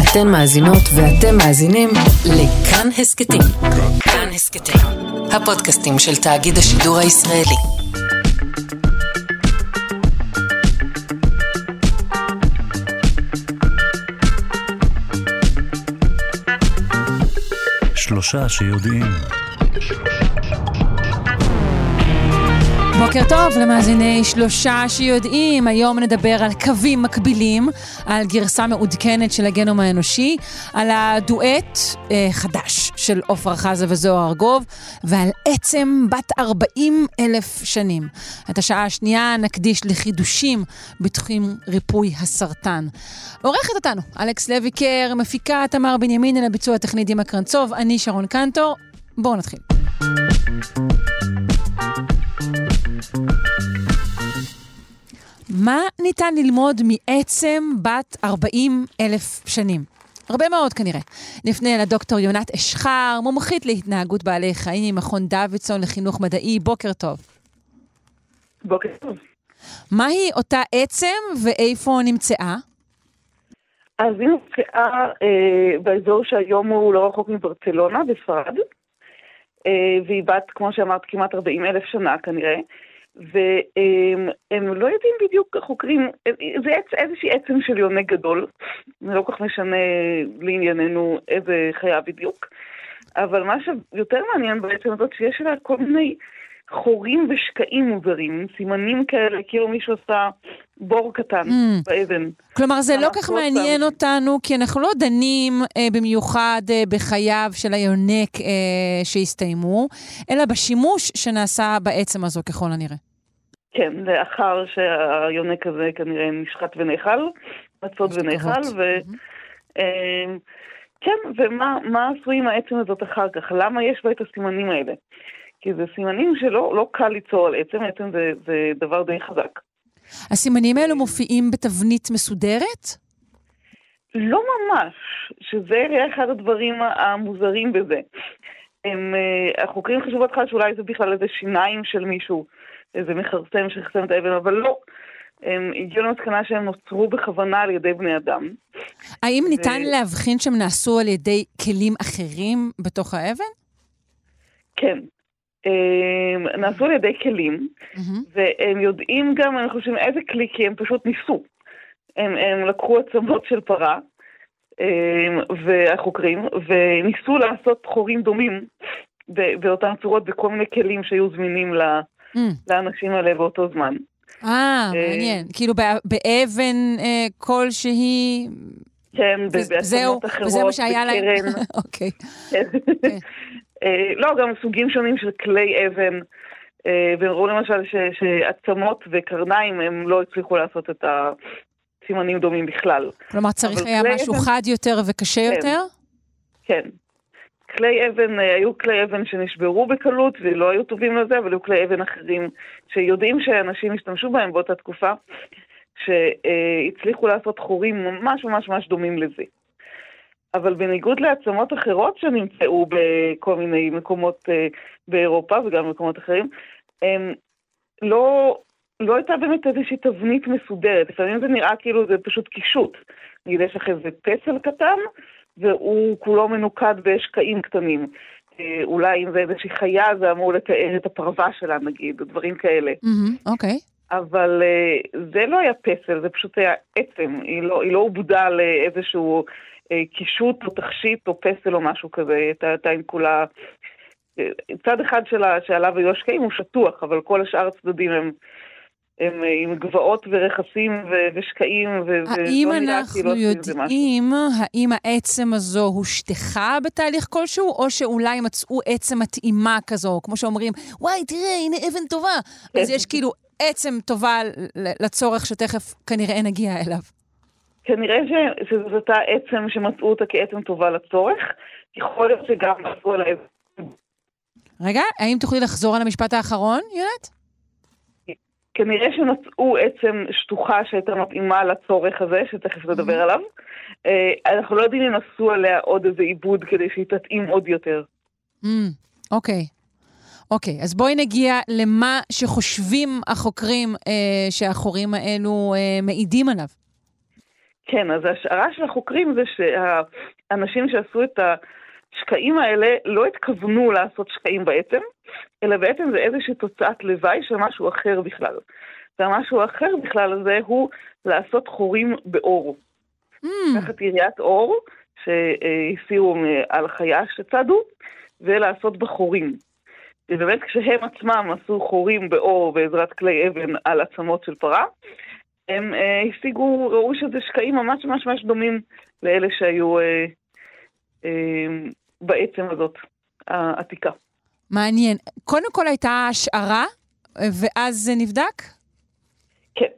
אתן מאזינות ואתם מאזינים לכאן הסקטים. כאן הסקטים, הפודקאסטים של תאגיד השידור הישראלי. שלושה שיודעים. בוקר טוב למאזיני שלושה שיודעים. היום נדבר על קווים מקבילים, על גרסה מעודכנת של הגנום האנושי, על הדואט חדש של עופרה חזה וזוהר ארגוב, ועל עצם בת 40,000 שנים. את השעה השנייה נקדיש לחידושים בתחום ריפוי הסרטן. עורכת אותנו אלכס לויקר, מפיקה תמר בנימין, על הביצוע הטכני דימה קרנצוב, אני שרון קנטור. בואו נתחיל. מה ניתן ללמוד מעצם בת 40,000 שנים? הרבה מאוד כנראה. נפנה לדוקטור יונת אשחר, מומחית להתנהגות בעלי חיים ממכון דוידסון לחינוך מדעי. בוקר טוב. בוקר טוב. מהי אותה עצם ואיפה נמצאה? אז היא נמצאה באזור שהיום הוא לא רחוק מברצלונה, בספרד, והיא בת, כמו שאמרת, כמעט 40,000 שנה כנראה, והם לא יודעים בדיוק, חוקרים, זה איזושהי עצם של יונק גדול, זה לא כך משנה לענייננו איזה חיה בדיוק, אבל מה שיותר מעניין בעצם הזאת, שיש לה כל מיני חורים ושקעים מוזרים, סימנים כאלה, כאילו מישהו עשה בור קטן באבן. כלומר, זה לא כך מעניין אותנו, כי אנחנו לא דנים במיוחד בחייו של היונק שהסתיימו, אלא בשימוש שנעשה בעצם הזו ככל הנראה. כן, לאחר שהיונק הזה כנראה נשחט ונאכל, מצות ונאכל, כן, ומה עשו עם העצם הזאת אחר כך? למה יש בה את הסימנים האלה? כי זה סימנים שלא קל ליצור על עצם, עצם זה דבר די חזק. הסימנים האלו מופיעים בתבנית מסודרת? לא ממש, שזה אחד הדברים המוזרים בזה. החוקרים חשבו בהתחלה שאולי זה בכלל איזה שיניים של מישהו, איזה מחרסם שחסם את האבן, אבל לא. הם הגיעו למסקנה שהם נוצרו בכוונה על ידי בני אדם. האם ניתן להבחין שהם נעשו על ידי כלים אחרים בתוך האבן? כן. נעשו על ידי כלים, והם יודעים גם, אני חושב, איזה כלי, כי הם פשוט ניסו. הם לקחו עצמות של פרה, והחוקרים, וניסו לעשות חורים דומים באותן צורות, בכל מיני כלים שהיו זמינים לאנשים האלה באותו זמן. מעניין. כאילו באבן כלשהי... כן, בעצמות אחרות, וזה מה שהיה להם. אוקיי. לא, גם סוגים שונים של כלי אבן, והם ראו למשל שעצמות וקרניים הם לא הצליחו לעשות את הסימנים דומים בכלל. כלומר, צריך היה משהו חד יותר וקשה יותר? כן. כלי אבן, היו כלי אבן שנשברו בקלות ולא היו טובים לזה, אבל היו כלי אבן אחרים שיודעים שאנשים השתמשו בהם באותה תקופה, שהצליחו לעשות חורים ממש ממש ממש דומים לזה. אבל בניגוד לעצמות אחרות שנמצאו בכל מיני מקומות באירופה וגם במקומות אחרים, לא הייתה באמת איזושהי תבנית מסודרת. לפעמים זה נראה כאילו זה פשוט קישוט. נגיד יש לך איזה פסל קטן, והוא כולו מנוקד בשקעים קטנים. אולי אם זה איזושהי חיה, זה אמור לתאר את הפרווה שלה נגיד, או דברים כאלה. אוקיי. אבל זה לא היה פסל, זה פשוט היה עצם. היא לא עובדה לאיזשהו... קישוט או תכשיט או פסל או משהו כזה, הייתה עם כולה, צד אחד שעליו היו השקעים הוא שטוח, אבל כל השאר הצדדים הם עם גבעות ורחסים ושקעים, האם אנחנו יודעים, האם העצם הזו הושטחה בתהליך כלשהו, או שאולי מצאו עצם מתאימה כזו, כמו שאומרים, וואי, תראה, הנה אבן טובה, אז יש כאילו עצם טובה לצורך שתכף כנראה נגיע אליו. כנראה שזאת אותה עצם שמצאו אותה כעצם טובה לצורך, יכול להיות שגם מצאו עליו. רגע, האם תוכלי לחזור על המשפט האחרון, יונת? כנראה שמצאו עצם שטוחה שהייתה מתאימה לצורך הזה, שתכף נדבר עליו. אנחנו לא יודעים אם עשו עליה עוד איזה עיבוד כדי שהיא תתאים עוד יותר. אוקיי, אז בואי נגיע למה שחושבים החוקרים שהחורים האלו מעידים עליו. כן, אז ההשערה של החוקרים זה שהאנשים שעשו את השקעים האלה לא התכוונו לעשות שקעים בעצם, אלא בעצם זה איזושהי תוצאת לוואי של משהו אחר בכלל. והמשהו האחר בכלל הזה הוא לעשות חורים באור. לקחת יריית אור שהסירו על חיה שצדו, ולעשות בחורים. ובאמת כשהם עצמם עשו חורים באור בעזרת כלי אבן על עצמות של פרה, הם ראו שזה שקעים ממש ממש ממש דומים לאלה שהיו בעצם הזאת, העתיקה. מעניין. קודם כל הייתה השערה, ואז זה נבדק? כן.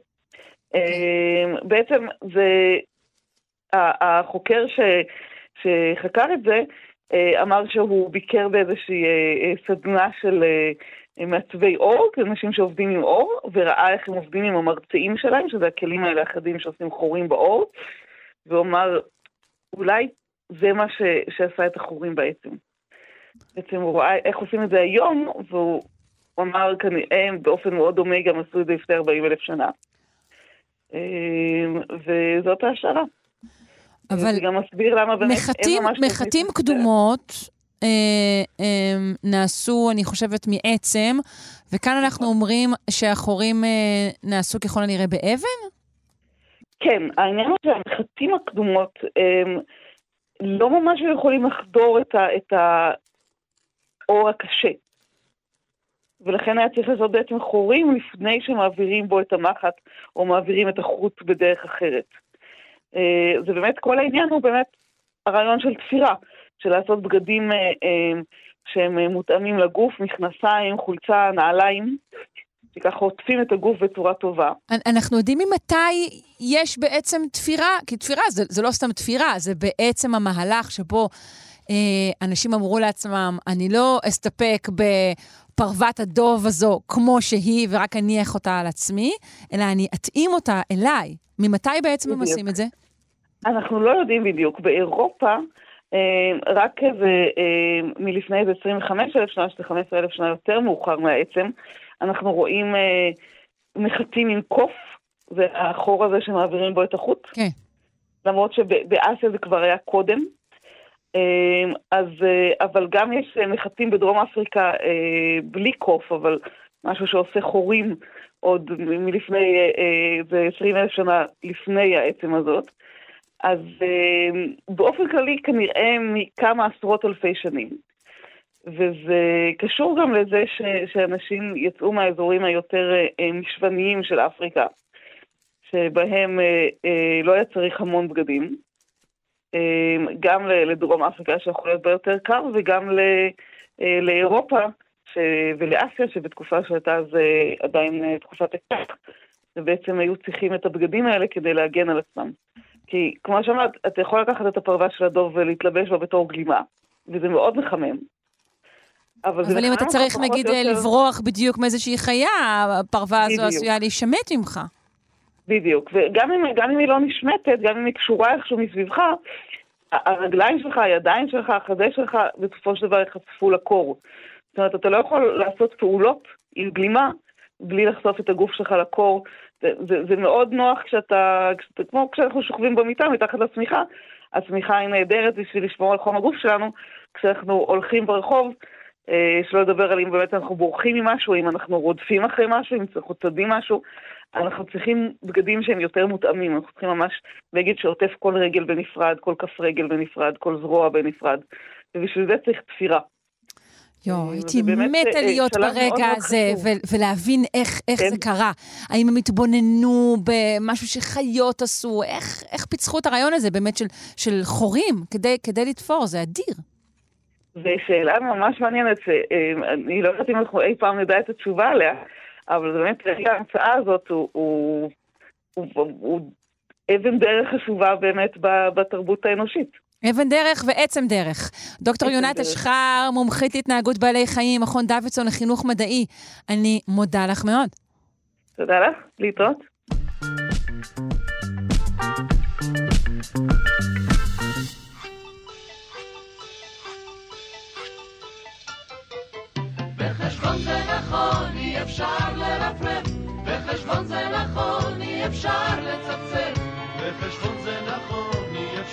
בעצם זה, החוקר שחקר את זה, אמר שהוא ביקר באיזושהי סדנה של מעצבי אור, אנשים שעובדים עם אור, וראה איך הם עובדים עם המרצעים שלהם, שזה הכלים האלה האחדים שעושים חורים באור, ואומר, אולי זה מה שעשה את החורים בעצם. בעצם הוא ראה איך עושים את זה היום, והוא אמר, כנראה באופן מאוד דומה גם עשו את זה לפני 40,000 שנה. וזאת ההשערה. אבל זה גם מסביר למה באמת מחטים קדומות נעשו, אני חושבת, מעצם, וכאן אנחנו אומרים שהחורים נעשו ככל הנראה באבן? כן, העניין הוא שהמחטים הקדומות לא ממש יכולים לחדור את האור הקשה. ולכן היה צריך לעשות בעצם חורים לפני שמעבירים בו את המחט, או מעבירים את החוט בדרך אחרת. זה באמת, כל העניין הוא באמת הרעיון של תפירה, של לעשות בגדים שהם מותאמים לגוף, מכנסיים, חולצה, נעליים, שככה עוטפים את הגוף בצורה טובה. אנחנו יודעים ממתי יש בעצם תפירה, כי תפירה זה לא סתם תפירה, זה בעצם המהלך שבו אנשים אמרו לעצמם, אני לא אסתפק בפרוות הדוב הזו כמו שהיא ורק אניח אותה על עצמי, אלא אני אתאים אותה אליי. ממתי בעצם הם עושים את זה? אנחנו לא יודעים בדיוק. באירופה, רק איזה, מלפני איזה 25,000 שנה, 15,000 שנה יותר מאוחר מהעצם, אנחנו רואים מחטים עם קוף, זה החור הזה שמעבירים בו את החוט. כן. למרות שבאסיה זה כבר היה קודם. אבל גם יש מחטים בדרום אפריקה בלי קוף, אבל משהו שעושה חורים עוד מלפני, זה 20,000 שנה לפני העצם הזאת. אז באופן כללי כנראה מכמה עשרות אלפי שנים. וזה קשור גם לזה שאנשים יצאו מהאזורים היותר משווניים של אפריקה, שבהם לא היה צריך המון בגדים. גם לדרום אפריקה שיכול להיות ביותר קר, וגם לאירופה ולאסיה, שבתקופה שהייתה אז עדיין תקופת הקר, ובעצם היו צריכים את הבגדים האלה כדי להגן על עצמם. כי כמו שאמרת, אתה יכול לקחת את הפרווה של הדוב ולהתלבש בה בתור גלימה, וזה מאוד מחמם. אבל אם אתה צריך נגיד לברוח בדיוק מאיזושהי חיה, הפרווה הזו עשויה להישמט ממך. בדיוק, וגם אם היא לא נשמטת, גם אם היא קשורה איכשהו מסביבך, הרגליים שלך, הידיים שלך, החזה שלך, בסופו של דבר יחשפו לקור. זאת אומרת, אתה לא יכול לעשות פעולות עם גלימה, בלי לחשוף את הגוף שלך לקור. זה מאוד נוח כמו כשאנחנו שוכבים במיטה, מתחת לצמיחה. הצמיחה היא נהדרת בשביל לשמור על חום הגוף שלנו, כשאנחנו הולכים ברחוב, שלא לדבר על אם באמת אנחנו בורחים ממשהו, אם אנחנו רודפים אחרי משהו, אם אנחנו צדים משהו, אנחנו צריכים בגדים שהם יותר מותאמים, אנחנו צריכים ממש להגיד שעוטף כל רגל בנפרד, כל כף רגל בנפרד, כל זרוע בנפרד, ובשביל זה צריך תפירה. הייתי מתה להיות ברגע הזה, ולהבין איך זה קרה. האם הם התבוננו במשהו שחיות עשו, איך פיצחו את הרעיון הזה באמת של חורים, כדי לתפור, זה אדיר. זו שאלה ממש מעניינת, אני לא יודעת אם אנחנו אי פעם נדע את התשובה עליה, אבל באמת רגע ההמצאה הזאת הוא אבן דרך חשובה באמת בתרבות האנושית. אבן דרך ועצם דרך. דוקטור יונת אשחר, מומחית להתנהגות בעלי חיים, מכון דוידסון לחינוך מדעי. אני מודה לך מאוד. תודה לך, להתראות. בחשבון זה נכון, אי אפשר לרפרף. בחשבון זה נכון, אי אפשר לצפצף. בחשבון זה נכון.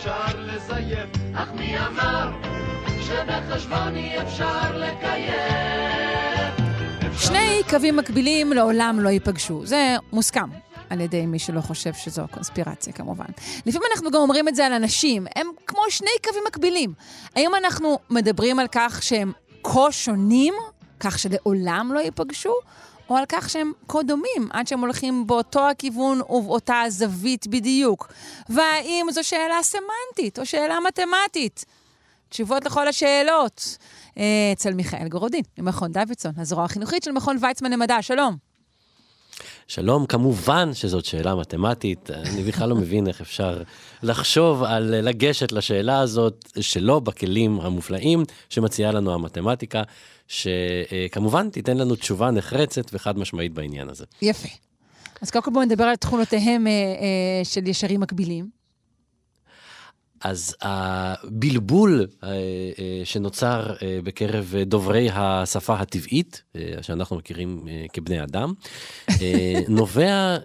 אפשר לזייף, אך מי אמר שבחשבון אי אפשר לקיים? שני קווים מקבילים לעולם לא ייפגשו. זה מוסכם על ידי מי שלא חושב שזו קונספירציה, כמובן. לפעמים אנחנו גם אומרים את זה על אנשים. הם כמו שני קווים מקבילים. האם אנחנו מדברים על כך שהם כה שונים, כך שלעולם לא ייפגשו, או על כך שהם כה דומים, עד שהם הולכים באותו הכיוון ובאותה זווית בדיוק? והאם זו שאלה סמנטית או שאלה מתמטית? תשובות לכל השאלות. אצל מיכאל גורודין, ממכון דוידסון, הזרוע החינוכית של מכון ויצמן למדע. שלום. שלום, כמובן שזאת שאלה מתמטית. אני בכלל לא מבין איך אפשר לחשוב על לגשת לשאלה הזאת, שלא בכלים המופלאים שמציעה לנו המתמטיקה, שכמובן תיתן לנו תשובה נחרצת וחד משמעית בעניין הזה. יפה. אז קודם כל בואו נדבר על תכונותיהם של ישרים מקבילים. אז הבלבול שנוצר בקרב דוברי השפה הטבעית, שאנחנו מכירים כבני אדם, נובע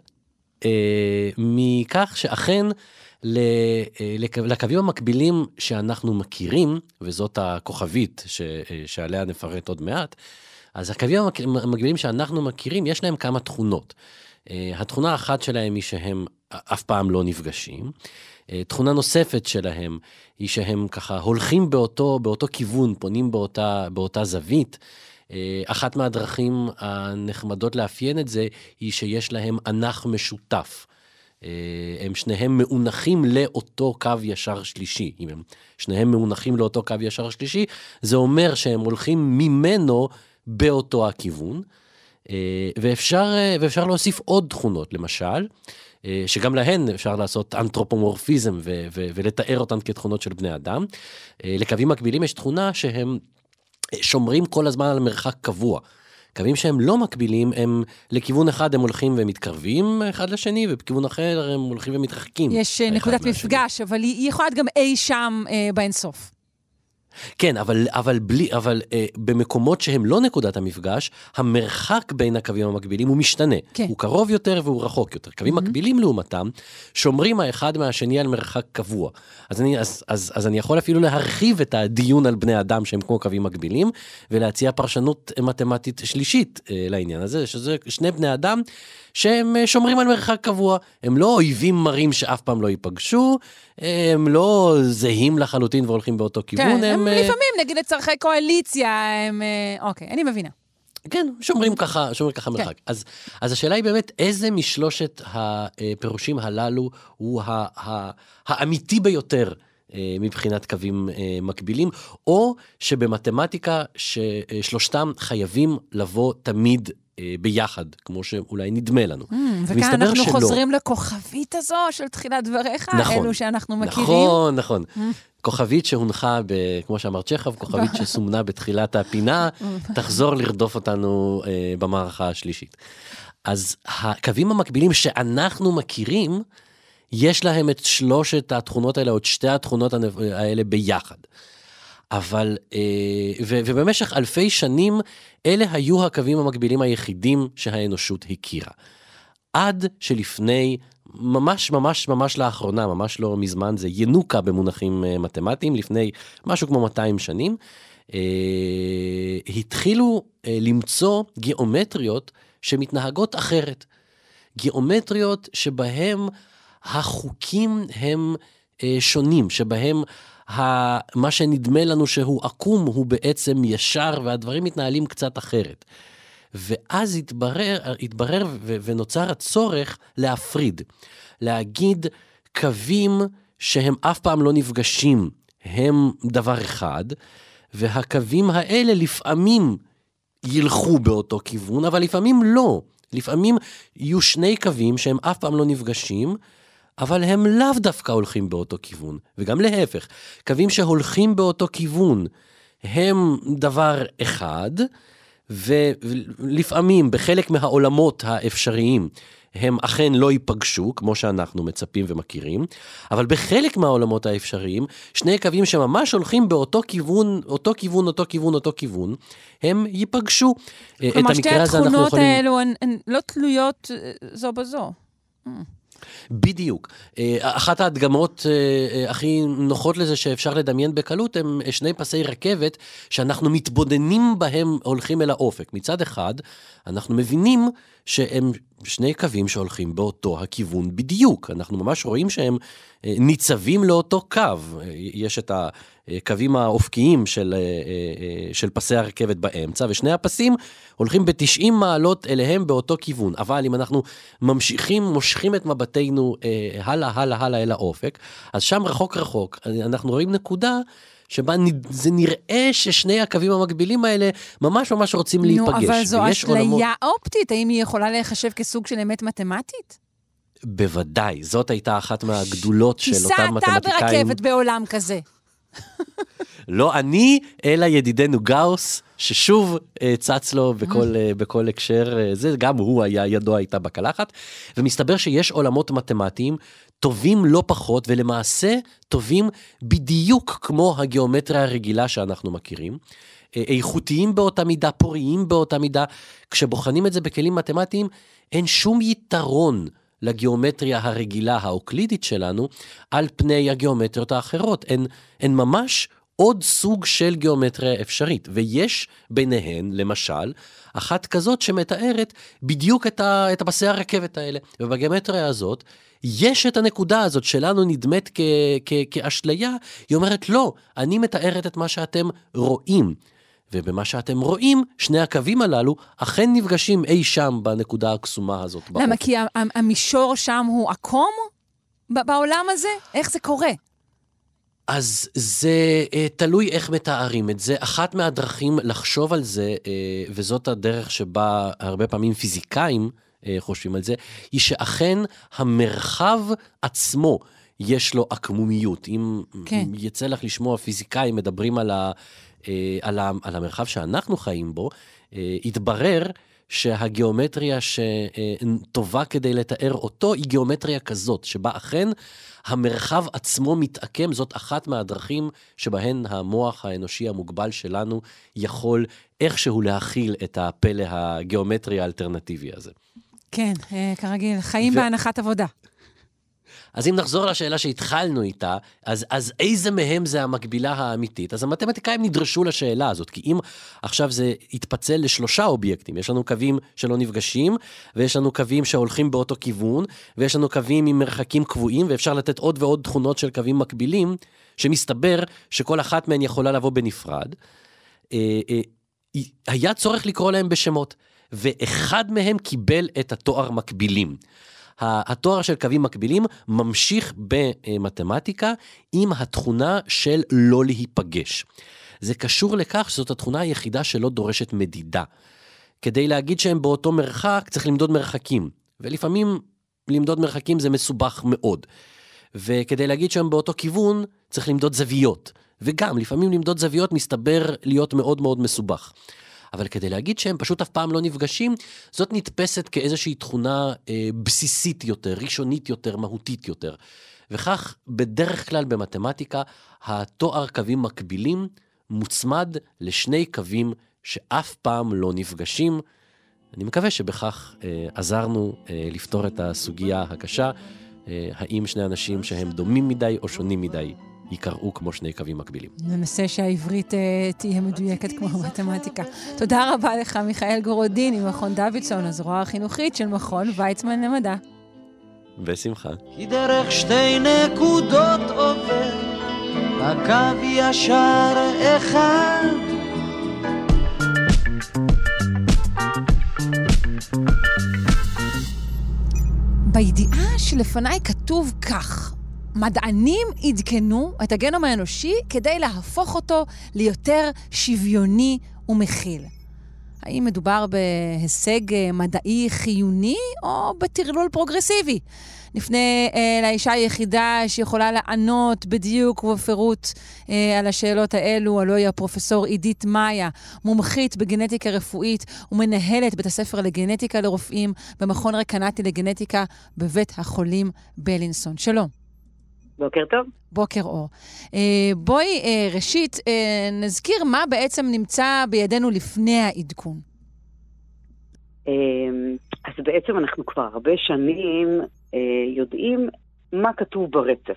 מכך שאכן לקווים המקבילים שאנחנו מכירים, וזאת הכוכבית שעליה נפרט עוד מעט, אז הקווים המקבילים שאנחנו מכירים, יש להם כמה תכונות. התכונה האחת שלהם היא שהם אף פעם לא נפגשים. תכונה נוספת שלהם היא שהם ככה הולכים באותו כיוון, פונים באותה זווית. אחת מהדרכים הנחמדות לאפיין את זה היא שיש להם אנך משותף. הם שניהם מאונחים לאותו קו ישר שלישי. אם הם שניהם מאונחים לאותו קו ישר שלישי, זה אומר שהם הולכים ממנו באותו הכיוון. ואפשר להוסיף עוד תכונות, למשל, שגם להן אפשר לעשות אנתרופומורפיזם ולתאר אותן כתכונות של בני אדם. לקווים מקבילים יש תכונה שהם שומרים כל הזמן על מרחק קבוע. קווים שהם לא מקבילים, הם לכיוון אחד הם הולכים ומתקרבים אחד לשני, ובכיוון אחר הם הולכים ומתרחקים. יש נקודת מפגש, אבל היא יכולה גם אי שם באינסוף. כן, אבל במקומות שהם לא נקודת המפגש, המרחק בין הקווים המקבילים הוא משתנה. כן. הוא קרוב יותר והוא רחוק יותר. קווים מקבילים לעומתם, שומרים האחד מהשני על מרחק קבוע. אז אני יכול אפילו להרחיב את הדיון על בני אדם שהם כמו קווים מקבילים, ולהציע פרשנות מתמטית שלישית לעניין הזה, שזה שני בני אדם שהם שומרים על מרחק קבוע. הם לא אויבים מרים שאף פעם לא ייפגשו, הם לא זהים לחלוטין והולכים באותו כיוון. כן, הם לפעמים, נגיד לצרכי קואליציה, הם... אוקיי, אני מבינה. כן, שומרים ככה מרחק. אז השאלה היא באמת, איזה משלושת הפירושים הללו הוא האמיתי ביותר מבחינת קווים מקבילים, או שבמתמטיקה ששלושתם חייבים לבוא תמיד ביחד, כמו שאולי נדמה לנו. וכאן אנחנו חוזרים לכוכבית הזו של תחילת דבריך, אלו שאנחנו מכירים. נכון. כוכבית שהונחה, כמו שאמר צ'כוב, כוכבית שסומנה בתחילת הפינה, תחזור לרדוף אותנו במערכה השלישית. אז הקווים המקבילים שאנחנו מכירים, יש להם את שלושת התכונות האלה, או את שתי התכונות האלה ביחד. אבל, ובמשך אלפי שנים, אלה היו הקווים המקבילים היחידים שהאנושות הכירה. עד שלפני, ממש לאחרונה, ממש לא מזמן, זה ינוקה במונחים מתמטיים, לפני משהו כמו 200 שנים, התחילו למצוא גיאומטריות שמתנהגות אחרת. גיאומטריות שבהם החוקים הם שונים, שבהם מה שנדמה לנו שהוא עקום הוא בעצם ישר, והדברים מתנהלים קצת אחרת. ואז התברר ונוצר הצורך להפריד, להגיד קווים שהם אף פעם לא נפגשים, הם דבר אחד, והקווים האלה לפעמים ילכו באותו כיוון, אבל לפעמים לא. לפעמים יהיו שני קווים שהם אף פעם לא נפגשים, אבל הם לאו דווקא הולכים באותו כיוון, וגם להפך. קווים שהולכים באותו כיוון הם דבר אחד, ולפעמים בחלק מהעולמות האפשריים הם אכן לא ייפגשו, כמו שאנחנו מצפים ומכירים, אבל בחלק מהעולמות האפשריים, שני קווים שממש הולכים באותו כיוון, אותו כיוון, הם ייפגשו. כלומר, שתי התכונות האלו הן לא תלויות זו בזו. בדיוק. אחת ההדגמות הכי נוחות לזה שאפשר לדמיין בקלות, הם שני פסי רכבת שאנחנו מתבודנים בהם הולכים אל האופק. מצד אחד, אנחנו מבינים שהם שני קווים שהולכים באותו הכיוון בדיוק. אנחנו ממש רואים שהם ניצבים לאותו קו. יש את הקווים האופקיים של פסי הרכבת באמצע, ושני הפסים הולכים ב-90 מעלות אליהם באותו כיוון. אבל אם אנחנו מושכים את מבטנו הלאה אל האופק, אז שם רחוק, אנחנו רואים נקודה שבה זה נראה ששני הקווים המקבילים האלה ממש רוצים להיפגש. אבל זו אשליה אופטית, האם היא יכולה להיחשב כסוג של אמת מתמטית? בוודאי, זאת הייתה אחת מהגדולות של אותם מתמטיקאים. תיסע אתה ברכבת בעולם כזה. לא אני, אלא ידידנו גאוס, ששוב צץ לו בכל הקשר, זה גם הוא ידו הייתה בקלחת, ומסתבר שיש עולמות מתמטיים טובים לא פחות, ולמעשה טובים בדיוק כמו הגיאומטריה הרגילה שאנחנו מכירים, איכותיים באותה מידה, פוריים באותה מידה. כשבוחנים את זה בכלים מתמטיים, אין שום יתרון לגיאומטריה הרגילה האוקלידית שלנו, על פני הגיאומטריות האחרות. הן ממש עוד סוג של גיאומטריה אפשרית, ויש ביניהן, למשל, אחת כזאת שמתארת בדיוק את פסי הרכבת האלה. ובגיאומטריה הזאת, יש את הנקודה הזאת שלנו נדמת כאשליה, היא אומרת לא, אני מתארת את מה שאתם רואים. ובמה שאתם רואים, שני הקווים הללו אכן נפגשים אי שם בנקודה הקסומה הזאת. למה? כי המישור שם הוא עקום בעולם הזה? איך זה קורה? אז זה תלוי איך מתארים את זה. אחת מהדרכים לחשוב על זה, וזאת הדרך שבה הרבה פעמים פיזיקאים חושבים על זה, היא שאכן המרחב עצמו יש לו עקמומיות. אם יצא לך לשמוע פיזיקאים מדברים על המרחב שאנחנו חיים בו, התברר שהגיאומטריה שטובה כדי לתאר אותו היא גיאומטריה כזאת, שבה אכן המרחב עצמו מתעקם. זאת אחת מהדרכים שבהן המוח האנושי המוגבל שלנו יכול איכשהו להכיל את הפלא הגיאומטרי האלטרנטיבי הזה. כן, כרגיל, חיים בהנחת עבודה. אז אם נחזור לשאלה שהתחלנו איתה, אז איזה מהם זה המקבילה האמיתית? אז המתמטיקאים נדרשו לשאלה הזאת, כי אם עכשיו זה יתפצל לשלושה אובייקטים, יש לנו קווים שלא נפגשים, ויש לנו קווים שהולכים באותו כיוון, ויש לנו קווים עם מרחקים קבועים, ואפשר לתת עוד ועוד תכונות של קווים מקבילים, שמסתבר שכל אחת מהן יכולה לבוא בנפרד, היה צורך לקרוא להם בשמות, ואחד מהם קיבל את התואר מקבילים. התואר של קווים מקבילים ממשיך במתמטיקה עם התכונה של לא להיפגש. זה קשור לכך שזאת התכונה היחידה שלא דורשת מדידה. כדי להגיד שהם באותו מרחק צריך למדוד מרחקים, ולפעמים למדוד מרחקים זה מסובך מאוד. וכדי להגיד שהם באותו כיוון צריך למדוד זוויות, וגם לפעמים למדוד זוויות מסתבר להיות מאוד מאוד מסובך. אבל כדי להגיד שהם פשוט אף פעם לא נפגשים, זאת נתפסת כאיזושהי תכונה בסיסית יותר, ראשונית יותר, מהותית יותר. וכך בדרך כלל במתמטיקה, התואר קווים מקבילים מוצמד לשני קווים שאף פעם לא נפגשים. אני מקווה שבכך עזרנו לפתור את הסוגיה הקשה, האם שני אנשים שהם דומים מדי או שונים מדי יקראו כמו שני קווים מקבילים. ננסה שהעברית תהיה מדויקת כמו המתמטיקה. תודה רבה לך, מיכאל גורודין, ממכון דוידסון, הזרוע החינוכית של מכון ויצמן למדע. בשמחה. כי דרך שתי נקודות עובר, בקו ישר אחד. בידיעה שלפניי כתוב כך, מדענים עדכנו את הגנום האנושי כדי להפוך אותו ליותר שוויוני ומכיל. האם מדובר בהישג מדעי חיוני או בטרלול פרוגרסיבי? נפנה לאישה היחידה שיכולה לענות בדיוק ובפירוט על השאלות האלו, הלוא היא הפרופסור עידית מאיה, מומחית בגנטיקה רפואית ומנהלת בית הספר לגנטיקה לרופאים במכון רקנטי לגנטיקה בבית החולים בלינסון. שלום. בוקר טוב. בוקר אור. בואי ראשית נזכיר מה בעצם נמצא בידינו לפני העדכון. אז בעצם אנחנו כבר הרבה שנים יודעים מה כתוב ברצף.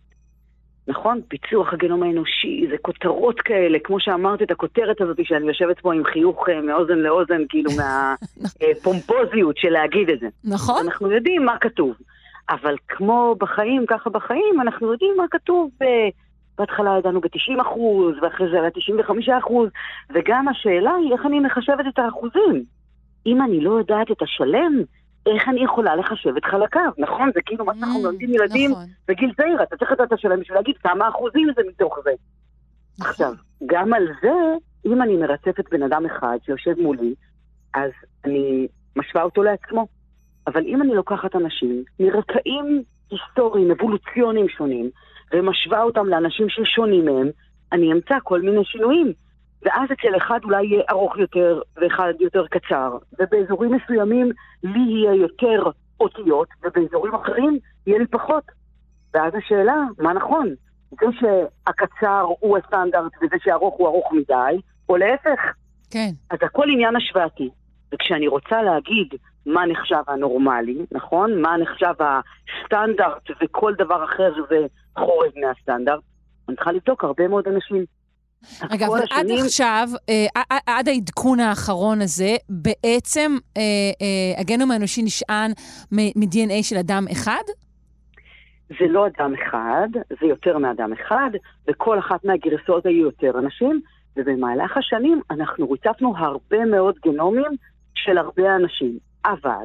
נכון? פיצוח הגנום האנושי, זה כותרות כאלה, כמו שאמרת את הכותרת הזאת שאני יושבת פה עם חיוך מאוזן לאוזן, כאילו מהפומפוזיות של להגיד את זה. נכון. אנחנו יודעים מה כתוב. אבל כמו בחיים, ככה בחיים, אנחנו יודעים מה כתוב בהתחלה ידענו ב-90%, ואחרי זה ב-95%, וגם השאלה היא איך אני מחשבת את האחוזים. אם אני לא יודעת את השלם, איך אני יכולה לחשב את חלקיו? נכון, זה כאילו מה שאנחנו לומדים ילדים בגיל צעיר, אתה צריך לדעת את השלם בשביל להגיד כמה אחוזים זה מתוך זה. עכשיו, גם על זה, אם אני מרצפת בן אדם אחד שיושב מולי, אז אני משווה אותו לעצמו. אבל אם אני לוקחת אנשים מרקעים היסטוריים, אבולוציוניים שונים, ומשווה אותם לאנשים ששונים מהם, אני אמצא כל מיני שינויים. ואז אצל אחד אולי יהיה ארוך יותר ואחד יותר קצר, ובאזורים מסוימים לי יהיה יותר אותיות, ובאזורים אחרים יהיה לי פחות. ואז השאלה, מה נכון? זה שהקצר הוא הסטנדרט וזה שהארוך הוא ארוך מדי, או להפך? כן. אז הכל עניין השוואתי. וכשאני רוצה להגיד מה נחשב הנורמלי, נכון? מה נחשב הסטנדרט וכל דבר אחר זה חורג מהסטנדרט, אני צריכה לבדוק הרבה מאוד אנשים. רגע, אבל עד עכשיו, עד העדכון האחרון הזה, בעצם הגנום האנושי נשען מ-DNA של אדם אחד? זה לא אדם אחד, זה יותר מאדם אחד, וכל אחת מהגרסאות היו יותר אנשים, ובמהלך השנים אנחנו ריצפנו הרבה מאוד גנומים של הרבה אנשים. אבל,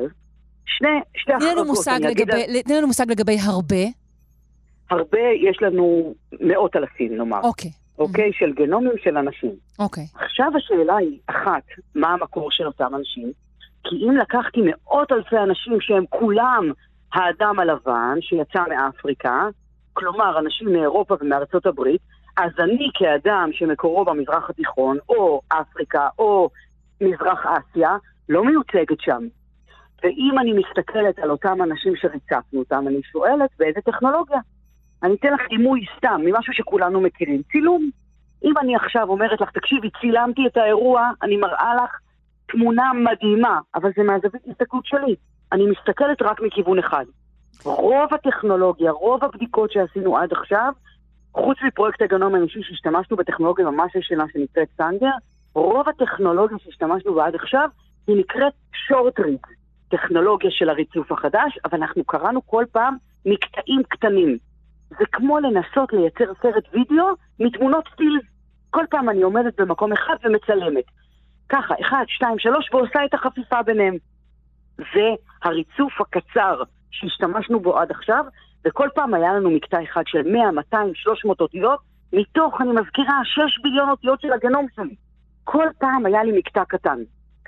שתי החלקות, תני לנו מושג לגבי הרבה. הרבה, יש לנו 100,000 נאמר. אוקיי, של גנומים של אנשים. אוקיי. עכשיו השאלה היא, אחת, מה המקור של אותם אנשים? כי אם לקחתי 100,000 אנשים שהם כולם האדם הלבן שיצא מאפריקה, כלומר אנשים מאירופה ומארצות הברית, אז אני כאדם שמקורו במזרח התיכון, או אפריקה, או מזרח אסיה, לא מיוצגת שם. ואם אני מסתכלת על אותם אנשים שריצפנו אותם, אני שואלת באיזה טכנולוגיה? אני אתן לך דימוי סתם, ממשהו שכולנו מכירים. צילום. אם אני עכשיו אומרת לך, תקשיבי, צילמתי את האירוע, אני מראה לך תמונה מדהימה, אבל זה מהזווית הסתכלות שלי. אני מסתכלת רק מכיוון אחד. רוב הטכנולוגיה, רוב הבדיקות שעשינו עד עכשיו, חוץ מפרויקט הגנום האנושי שהשתמשנו בטכנולוגיה ממש ישנה שנקראת סנגר, רוב הטכנולוגיה שהשתמשנו בה עד עכשיו, היא נקראת short read, טכנולוגיה של הריצוף החדש, אבל אנחנו קראנו כל פעם מקטעים קטנים. זה כמו לנסות לייצר סרט וידאו מתמונות סטיל. כל פעם אני עומדת במקום אחד ומצלמת. ככה, 1, 2, 3, ועושה את החפיפה ביניהם. זה הריצוף הקצר שהשתמשנו בו עד עכשיו, וכל פעם היה לנו מקטע אחד של 100, 200, 300 אותיות, מתוך, אני מזכירה, 6 ביליון אותיות של הגנום שלי. כל פעם היה לי מקטע קטן.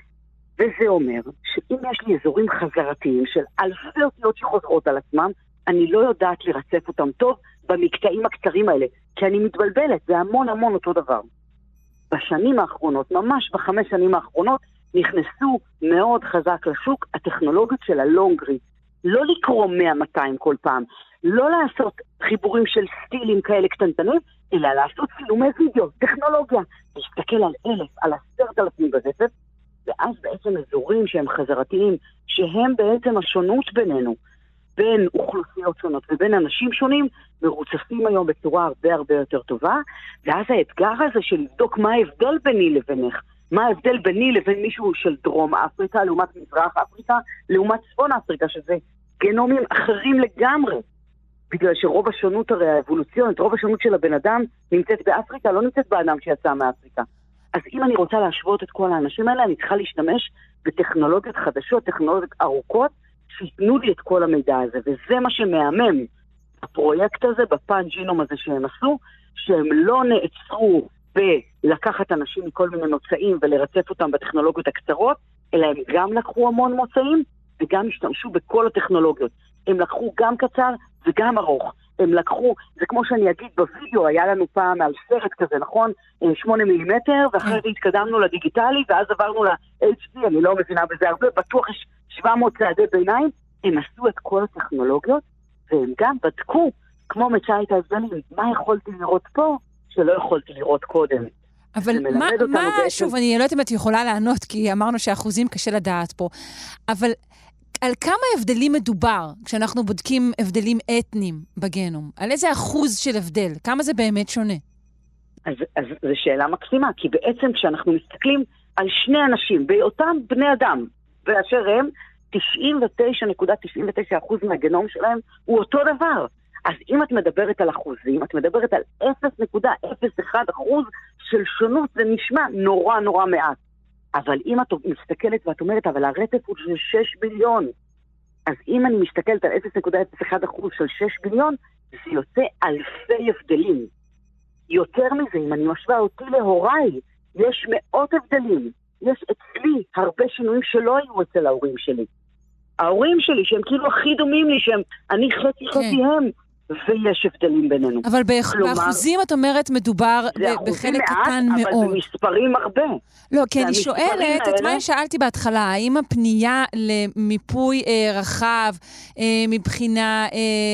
וזה אומר שאם יש לי אזורים חזרתיים של אלפי אותיות שחוזרות על עצמם, אני לא יודעת לרצף אותם טוב במקטעים הקצרים האלה, כי אני מתבלבלת, זה המון המון אותו דבר. בשנים האחרונות, ממש ב5 שנים האחרונות, נכנסו מאוד חזק לשוק הטכנולוגיות של הלונגריד. לא לקרוא 100-200 כל פעם, לא לעשות חיבורים של סטילים כאלה קטנטנים, אלא לעשות צילומי וידאו, טכנולוגיה, להסתכל על 1,000, על 10,000 ברצף, ואז בעצם אזורים שהם חזרתיים, שהם בעצם השונות בינינו, בין אוכלוסיות שונות ובין אנשים שונים, מרוצפים היום בצורה הרבה הרבה יותר טובה, ואז האתגר הזה של לבדוק מה ההבדל ביני לבינך, מה ההבדל ביני לבין מישהו של דרום אפריקה, לעומת מזרח אפריקה, לעומת צפון אפריקה, שזה גנומים אחרים לגמרי, בגלל שרוב השונות הרי האבולוציונית, רוב השונות של הבן אדם נמצאת באפריקה, לא נמצאת באדם שיצא מאפריקה. אז אם אני רוצה להשוות את כל האנשים האלה, אני צריכה להשתמש בטכנולוגיות חדשות, טכנולוגיות ארוכות, שיתנו לי את כל המידע הזה, וזה מה שמאמם הפרויקט הזה, בפן-ג'ינום הזה שהם עשו, שהם לא נעצרו בלקחת אנשים מכל מיני מוצאים ולרצף אותם בטכנולוגיות הקצרות, אלא הם גם לקחו המון מוצאים וגם השתמשו בכל הטכנולוגיות. הם לקחו גם קצר וגם ארוך. הם לקחו, זה כמו שאני אגיד בווידאו, היה לנו פעם על סרט כזה, נכון? 8 מילימטר, ואחרי זה התקדמנו לדיגיטלי, ואז עברנו ל-HD, אני לא מבינה בזה הרבה, בטוח יש 700 צעדי ביניים. הם עשו את כל הטכנולוגיות, והם גם בדקו, כמו מצא את ההבדלים, מה יכולתי לראות פה, שלא יכולתי לראות קודם. אבל מה, שוב, אני לא יודעת אם את יכולה לענות, כי אמרנו שהאחוזים קשה לדעת פה, אבל על כמה הבדלים מדובר כשאנחנו בודקים הבדלים אתניים בגנום? על איזה אחוז של הבדל? כמה זה באמת שונה? אז זו שאלה מקסימה, כי בעצם כשאנחנו מסתכלים על שני אנשים, באותם בני אדם, באשר הם, 99.99% מהגנום שלהם הוא אותו דבר. אז אם את מדברת על אחוזים, את מדברת על 0.01% של שונות, זה נשמע נורא נורא מעט. אבל אם את מסתכלת ואת אומרת, אבל הרצף הוא של 6 ביליון, אז אם אני מסתכלת על 0.01% של 6 ביליון, זה יוצא אלפי הבדלים. יותר מזה, אם אני משווה אותי להוריי, יש מאות הבדלים. יש אצלי הרבה שינויים שלא היו אצל ההורים שלי. ההורים שלי, שהם כאילו הכי דומים לי, שהם אני חצי הם, ויש הבדלים בינינו. אבל באחוזים את אומרת מדובר בחלק קטן מאוד. אבל במספרים הרבה. לא, כי אני שואלת את מה ששאלתי בהתחלה, האם הפנייה למיפוי רחב מבחינה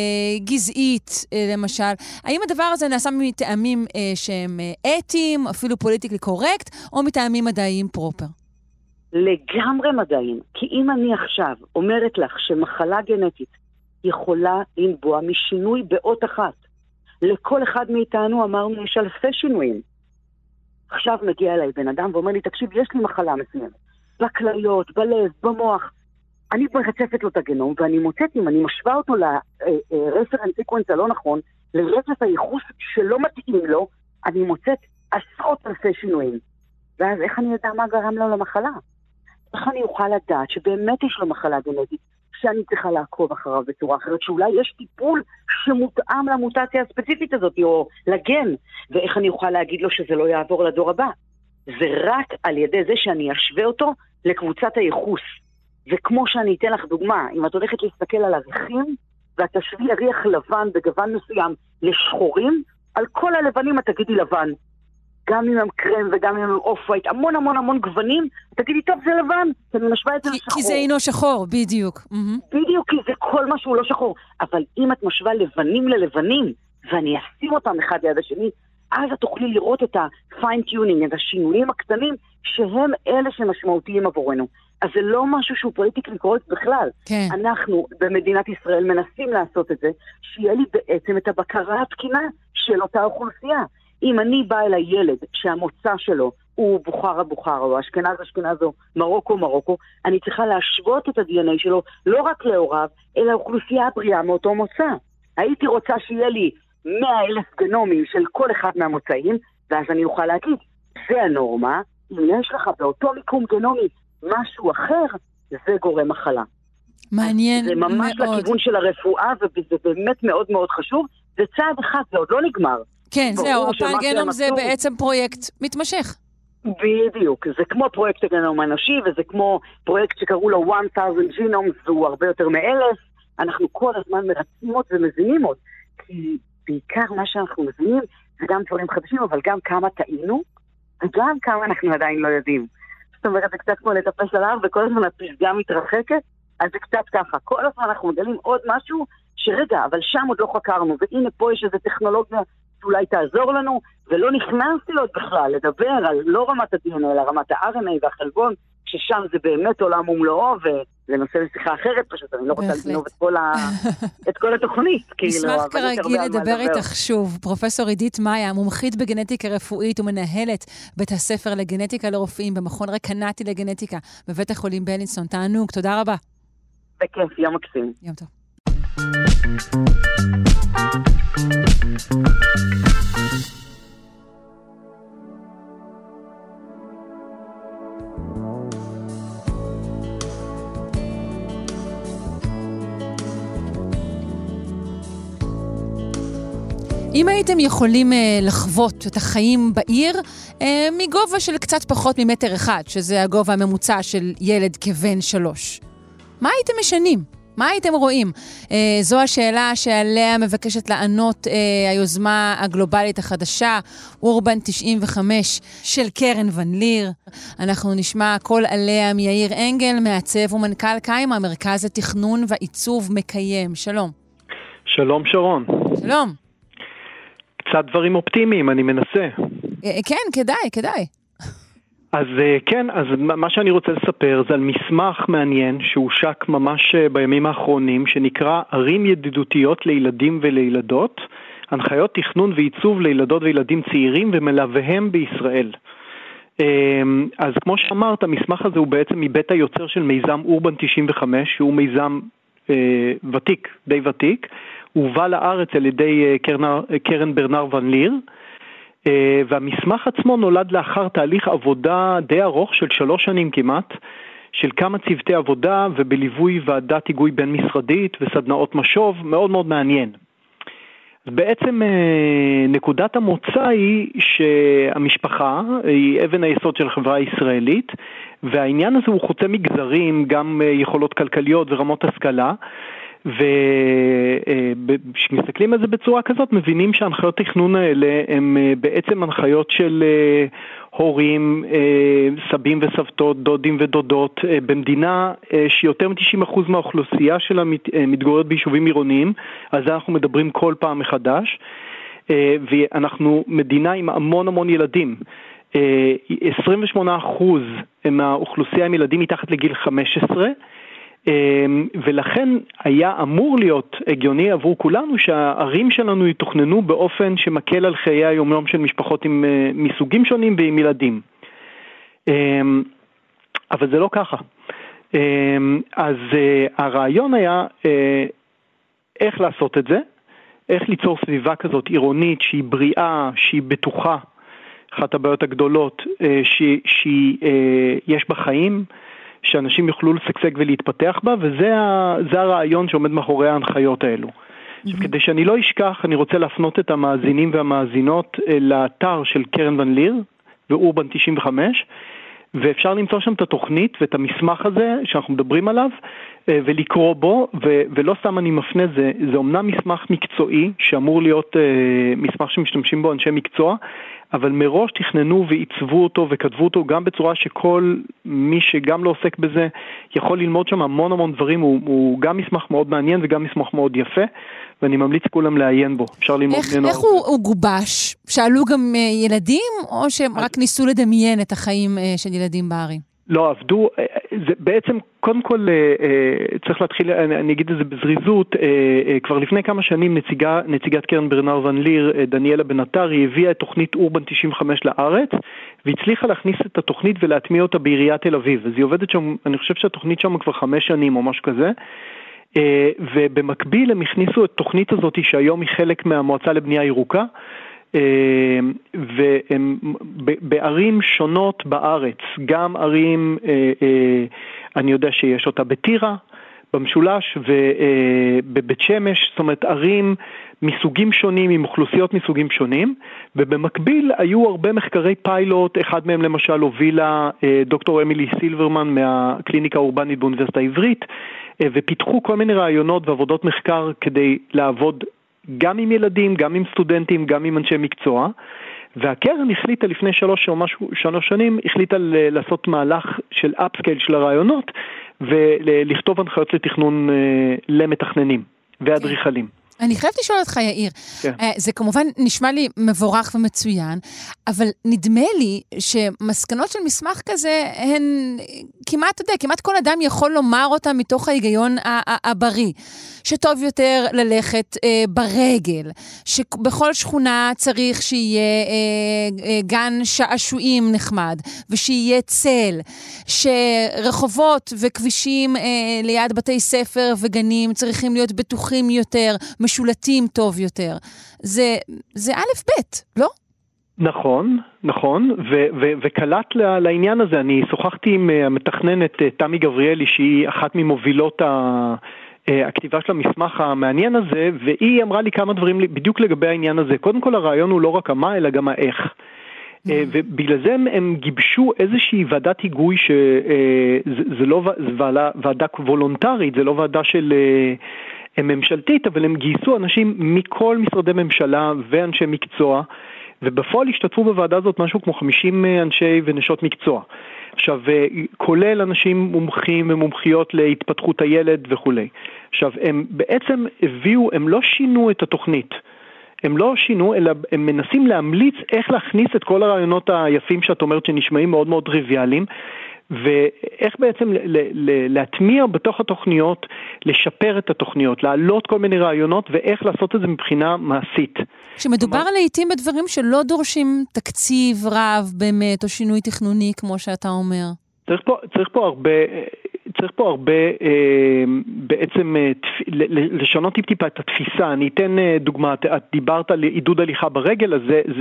גזעית, למשל, האם הדבר הזה נעשה מטעמים שהם אתיים, אפילו פוליטיקלי קורקט, או מטעמים מדעיים פרופר? לגמרי מדעיים. כי אם אני עכשיו אומרת לך שמחלה גנטית יכולה לנבוע משינוי באות אחת. לכל אחד מאיתנו אמרנו יש אלפי שינויים. עכשיו מגיע אליי בן אדם ואומר לי, תקשיב, יש לי מחלה מסוימת. בכליות, בלב, במוח. אני מרצפת לו את הגנום, ואני מוצאת, אם אני משווה אותו לרפרנס סיקוונס הלא נכון, לרצף הייחוס שלא מתאים לו, אני מוצאת עשרות אלפי שינויים. ואז איך אני יודע מה גרם לו למחלה? איך אני אוכל לדעת שבאמת יש לו מחלה גנטית, שאני צריכה לעקוב אחריו בצורה אחרת, שאולי יש טיפול שמותאם למוטציה הספציפית הזאת, או לגן, ואיך אני אוכל להגיד לו שזה לא יעבור לדור הבא. זה רק על ידי זה שאני אשווה אותו לקבוצת הייחוס. וכמו שאני אתן לך דוגמה, אם את הולכת להסתכל על הריחים, ואת תשווי ריח לבן בגוון מסוים לשחורים, על כל הלבנים את תגידי לבן. גם אם הם קרם וגם אם הם אוף ווייט, המון המון המון גוונים, תגידי, טוב, זה לבן, כי אני משווה את זה לשחור. כי זה אינו שחור, בדיוק. בדיוק, כי זה כל משהו לא שחור. אבל אם את משווה לבנים ללבנים, ואני אשים אותם אחד ליד השני, אז את תוכלי לראות את ה-fine-tuning, את השינויים הקטנים, שהם אלה שמשמעותיים עבורנו. אז זה לא משהו שהוא פוליטיקלי קורקט בכלל. כן. אנחנו במדינת ישראל מנסים לעשות את זה, שיהיה לי בעצם את הבקרה התקינה של אותה אוכלוסייה. אם אני באה אל הילד שהמוצא שלו הוא בוכרה, או אשכנז, או מרוקו, אני צריכה להשוות את ה-DNA שלו לא רק להוריו, אלא האוכלוסייה הבריאה מאותו מוצא. הייתי רוצה שיהיה לי 100,000 גנומים של כל אחד מהמוצאים, ואז אני אוכל להגיד, זה הנורמה, אם יש לך באותו מיקום גנומי משהו אחר, זה גורם מחלה. מעניין מאוד. זה ממש לכיוון של הרפואה, וזה באמת מאוד מאוד חשוב, זה צעד אחד, זה עוד לא נגמר. כן, זהו, הפנגנום זה בעצם פרויקט מתמשך. בדיוק, זה כמו פרויקט הגנום האנושי, וזה כמו פרויקט שקראו לו 1000 Genomes, והוא הרבה יותר מ1,000, אנחנו כל הזמן מרצים עוד ומזינים עוד, כי בעיקר מה שאנחנו מזינים, זה גם דברים חדשים, אבל גם כמה טעינו, וגם כמה אנחנו עדיין לא יודעים. זאת אומרת, זה קצת כמו לטפס עליו, וכל הזמן הפסגה מתרחקת, אז זה קצת ככה, כל הזמן אנחנו מגלים עוד משהו, שרגע, אבל שם עוד לא חקרנו, והנה פה יש איזו טכנולוגיה, אולי תעזור לנו, ולא נכנסתי עוד בכלל לדבר על לא רמת ה-DNA, אלא רמת ה-RNA והחלבון, ששם זה באמת עולם ומלואו, ולנושא לשיחה אחרת פשוט, אני לא רוצה לגנוב את כל התוכנית. נשמח כרגיל לדבר איתך שוב. פרופסור עידית מאיה, מומחית בגנטיקה רפואית ומנהלת בית הספר לגנטיקה לרופאים במכון רקנטי לגנטיקה בבית החולים בילינסון. תענוג, תודה רבה. בכיף, יום מקסים. יום טוב. אם הייתם יכולים לחוות את החיים בעיר מגובה של קצת פחות ממטר אחד, שזה הגובה הממוצע של ילד כבן 3, מה הייתם משנים? מה הייתם רואים? זו השאלה שעליה מבקשת לענות היוזמה הגלובלית החדשה, אורבן 95 של קרן ון ליר. אנחנו נשמע קול עליה מיאיר אנגל, מעצב ומנכ"ל קיימה, מרכז התכנון והעיצוב מקיים. שלום. שלום שרון. שלום. קצת דברים אופטימיים, אני מנסה. כן, כדאי. אז כן, אז מה שאני רוצה לספר זה על מסמך מעניין שהושק ממש בימים האחרונים, שנקרא ערים ידידותיות לילדים ולילדות, הנחיות תכנון ועיצוב לילדות וילדים צעירים ומלוויהם בישראל. אז כמו שאמרת, המסמך הזה הוא בעצם מבית היוצר של מיזם אורבן 95, שהוא מיזם ותיק, די ותיק, הוא הובא לארץ על ידי קרן ברנר ון ליר, והמסמך עצמו נולד לאחר תהליך עבודה די ארוך של 3 שנים כמעט, של כמה צוותי עבודה ובליווי ועדת היגוי בין משרדית וסדנאות משוב, מאוד מאוד מעניין. אז בעצם נקודת המוצא היא שהמשפחה היא אבן היסוד של החברה הישראלית, והעניין הזה הוא חוצה מגזרים, גם יכולות כלכליות ורמות השכלה, וכשמסתכלים על זה בצורה כזאת, מבינים שההנחיות תכנון האלה הם בעצם הנחיות של הורים, סבים וסבתות, דודים ודודות, במדינה שיותר מ-90% מהאוכלוסייה שלה מתגוררת ביישובים עירוניים, על זה אנחנו מדברים כל פעם מחדש, ואנחנו מדינה עם המון המון ילדים. 28% מהאוכלוסייה עם ילדים מתחת לגיל 15, ולכן היה אמור להיות הגיוני עבור כולנו שהערים שלנו יתוכננו באופן שמקל על חיי היומיום של משפחות מסוגים שונים ועם ילדים. אבל זה לא ככה. אז הרעיון היה איך לעשות את זה, איך ליצור סביבה כזאת עירונית שהיא בריאה, שהיא בטוחה, אחת הבעיות הגדולות שיש בה חיים, שאנשים יוכלו לשגשג ולהתפתח בה, וזה הרעיון שעומד מאחורי ההנחיות האלו. עכשיו, כדי שאני לא אשכח, אני רוצה להפנות את המאזינים והמאזינות לאתר של קרן ון ליר ואורבן 95, ואפשר למצוא שם את התוכנית ואת המסמך הזה שאנחנו מדברים עליו, ולקרוא בו, ולא סתם אני מפנה, זה אומנם מסמך מקצועי, שאמור להיות מסמך שמשתמשים בו אנשי מקצוע, אבל מראש תכננו ועיצבו אותו וכתבו אותו גם בצורה שכל מי שגם לא עוסק בזה יכול ללמוד שם המון המון דברים. הוא גם מסמך מאוד מעניין וגם מסמך מאוד יפה, ואני ממליץ כולם לעיין בו. אפשר ללמוד ממנו. איך הוא גובש? שאלו גם ילדים, או שהם רק ניסו לדמיין את החיים של ילדים בערים? לא, עבדו, זה בעצם, קודם כל צריך להתחיל, אני אגיד את זה בזריזות, כבר לפני כמה שנים נציגת קרן ברנר ון ליר, דניאלה בן עטר, היא הביאה את תוכנית אורבן 95 לארץ, והצליחה להכניס את התוכנית ולהטמיע אותה בעיריית תל אביב, אז היא עובדת שם, אני חושב שהתוכנית שם כבר 5 שנים או משהו כזה, ובמקביל הם הכניסו את התוכנית הזאת שהיום היא חלק מהמועצה לבנייה ירוקה, בערים שונות בארץ, גם ערים, אני יודע שיש אותה בטירה, במשולש ובבית שמש, זאת אומרת ערים מסוגים שונים, עם אוכלוסיות מסוגים שונים, ובמקביל היו הרבה מחקרי פיילוט, אחד מהם למשל הובילה דוקטור אמילי סילברמן מהקליניקה האורבנית באוניברסיטה העברית, ופיתחו כל מיני רעיונות ועבודות מחקר כדי לעבוד גם עם ילדים, גם עם סטודנטים, גם עם אנשי מקצוע, והקרן החליטה לפני 3 שנים, החליטה לעשות מהלך של אפסקייל של הרעיונות, ולכתוב הנחיות לתכנון למתכננים ואדריכלים. אני חייבת לשאול אותך, יאיר, זה כמובן נשמע לי מבורך ומצוין, אבל נדמה לי שמסקנות של מסמך כזה הן כמעט, אתה יודע, כמעט כל אדם יכול לומר אותה מתוך ההיגיון הבריא, שטוב יותר ללכת ברגל, שבכל שכונה צריך שיהיה גן שעשועים נחמד, ושיהיה צל, שרחובות וכבישים ליד בתי ספר וגנים צריכים להיות בטוחים יותר, משולטים טוב יותר. זה א' ב', לא? נכון, וקלט לעניין הזה. אני שוחחתי עם המתכננת תמי גבריאלי, שהיא אחת ממובילות הכתיבה של המסמך המעניין הזה, והיא אמרה לי כמה דברים בדיוק לגבי העניין הזה. קודם כל, הרעיון הוא לא רק מה, אלא גם האיך. ובגלל זה הם גיבשו איזושהי ועדת היגוי, שזה לא ועדה וולונטרית, זה לא ועדה של ממשלתית, אבל הם גייסו אנשים מכל משרדי ממשלה ואנשי מקצוע, ובפועל השתתפו בוועדה הזאת משהו כמו 50 אנשי ונשות מקצוע. עכשיו, כולל אנשים מומחים ומומחיות להתפתחות הילד וכו'. עכשיו, הם בעצם הביאו, הם לא שינו את התוכנית, הם לא שינו, אלא הם מנסים להמליץ איך להכניס את כל הרעיונות היפים שאת אומרת שנשמעים מאוד מאוד טריוויאליים, ואיך בעצם להטמיע בתוך התוכניות, לשפר את התוכניות, להעלות כל מיני רעיונות, ואיך לעשות את זה מבחינה מעשית. שמדובר לעתים בדברים שלא דורשים תקציב רב באמת, או שינוי תכנוני, כמו שאתה אומר. צריך פה הרבה בעצם לשנות טיפה את התפיסה. אני אתן דוגמה, את דיברת על עידוד הליכה ברגל, אז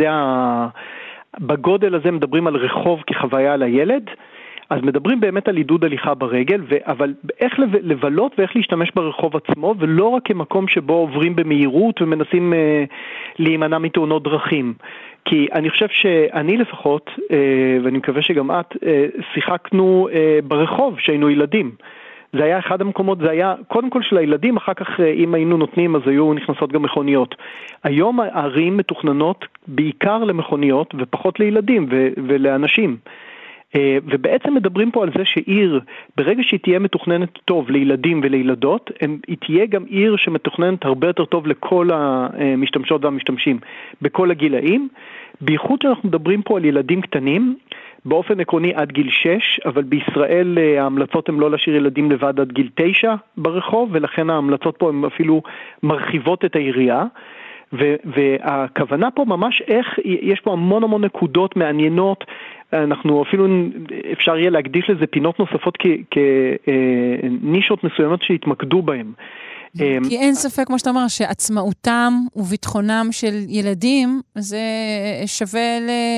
בגודל הזה מדברים על רחוב כחוויה לילד, אז מדברים באמת על עידוד הליכה ברגל, אבל איך לבלות ואיך להשתמש ברחוב עצמו, ולא רק כמקום שבו עוברים במהירות ומנסים להימנע מתאונות דרכים. כי אני חושב שאני לפחות, ואני מקווה שגם את, שיחקנו ברחוב שהיינו ילדים. זה היה אחד המקומות, זה היה קודם כל של הילדים, אחר כך אם היינו נותנים אז היו נכנסות גם מכוניות. היום הערים מתוכננות בעיקר למכוניות ופחות לילדים ולאנשים. ובעצם מדברים פה על זה שעיר, ברגע שהיא תהיה מתוכננת טוב לילדים ולילדות, היא תהיה גם עיר שמתוכננת הרבה יותר טוב לכל המשתמשות והמשתמשים בכל הגילאים, בייחוד שאנחנו מדברים פה על ילדים קטנים, באופן עקרוני עד גיל 6, אבל בישראל ההמלצות הן לא להשאיר ילדים לבד עד גיל 9 ברחוב, ולכן ההמלצות פה הן אפילו מרחיבות את העירייה, והכוונה פה ממש איך, יש פה המון נקודות מעניינות, אנחנו אפילו אפשר יהיה להקדיש לזה פינות נוספות כנישות מסוימות שהתמקדו בהם. כי אין ספק, כמו שאתה אומר, שעצמאותם וביטחונם של ילדים, זה שווה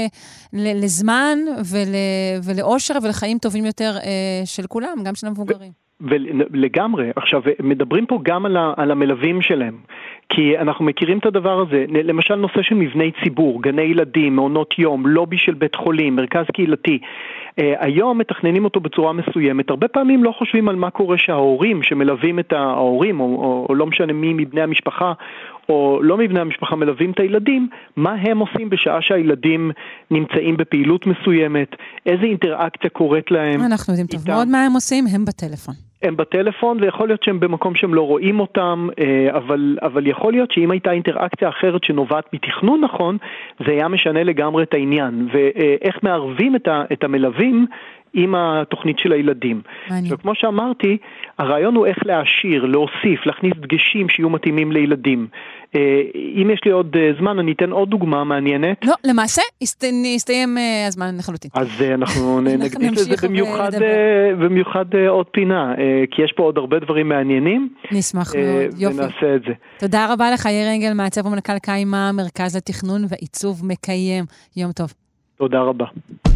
לזמן ולאושר ולחיים טובים יותר של כולם, גם של המבוגרים. ולגמרי. עכשיו, מדברים פה גם על המלווים שלהם, כי אנחנו מכירים את הדבר הזה, למשל נושא של מבני ציבור, גני ילדים, מעונות יום, לובי של בית חולים, מרכז קהילתי, היום מתכננים אותו בצורה מסוימת, הרבה פעמים לא חושבים על מה קורה שההורים שמלווים את ההורים, או לא משנה מי מבני המשפחה, או לא מבני המשפחה מלווים את הילדים, מה הם עושים בשעה שהילדים נמצאים בפעילות מסוימת, איזה אינטראקציה קורית להם. אנחנו יודעים טוב מאוד מה הם עושים, הם בטלפון. הם בטלפון, ויכול להיות שהם במקום שהם לא רואים אותם, אבל יכול להיות שאם הייתה אינטראקציה אחרת שנובעת מתכנון נכון, זה היה משנה לגמרי את העניין, ואיך מערבים את המלווים עם התוכנית של הילדים. וכמו שאמרתי, הרעיון הוא איך להעשיר, להוסיף, להכניס דגשים שיהיו מתאימים לילדים. אם יש לי עוד זמן, אני אתן עוד דוגמה מעניינת. לא, למעשה, הסתיים הזמן לחלוטין. אז אנחנו נקדיש לזה במיוחד עוד פינה, כי יש פה עוד הרבה דברים מעניינים. נשמח מאוד, יופי. ונעשה את זה. תודה רבה לך, יאיר אנגל, מעצב ומנכ"ל קיימה, מרכז לתכנון ועיצוב מקיים. יום טוב. תודה רבה.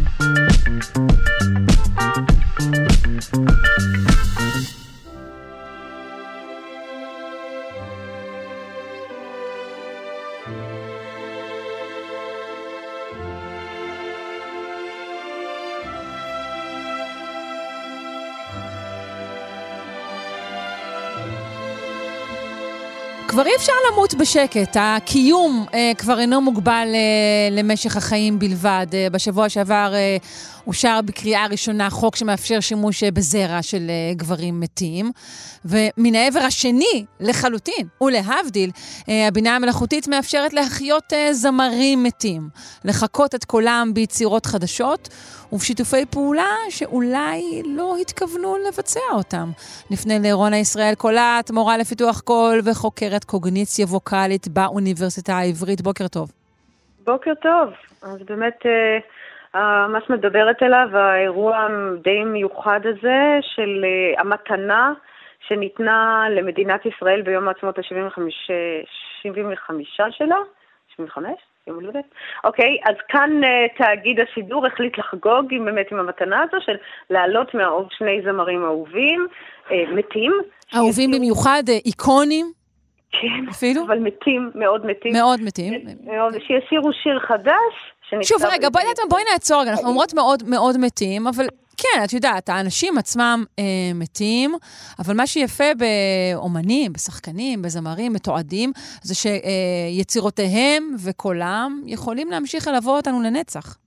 כבר אי אפשר למות בשקט, הקיום כבר אינו מוגבל למשך החיים בלבד. בשבוע שעבר אושר בקריאה ראשונה חוק שמאפשר שימוש בזרע של גברים מתים, ומן העבר השני לחלוטין, ולהבדיל, הבינה המלאכותית מאפשרת להחיות זמרים מתים, לחקות את קולם ביצירות חדשות, ובשיתופי פעולה שאולי לא התכוונו לבצע אותם. נפנה לרונה ישראל קולט, מורה לפיתוח קול וחוקרת קוגניציה ווקלית באוניברסיטה העברית. בוקר טוב. בוקר טוב. אז באמת מה שמדברת אליו, האירוע די מיוחד הזה של המתנה שניתנה למדינת ישראל ביום העצמאות ה-75 שלה, 75? אוקיי, אז כאן תאגיד השידור החליט לחגוג עם המתנה הזו של לעלות מהאוב שני זמרים אהובים, מתים. אהובים במיוחד, איקונים? כן, אפילו? אבל מתים, מאוד מתים. מאוד מתים. שישירו שיר חדש. שוב, רגע, בואי נעצור, אנחנו אומרות מאוד מאוד מתים, אבל כן, את יודעת, האנשים עצמם מתים, אבל מה שיפה באומנים, בשחקנים, בזמרים, מתועדים, זה שיצירותיהם וקולם יכולים להמשיך ללוות אותנו לנצח.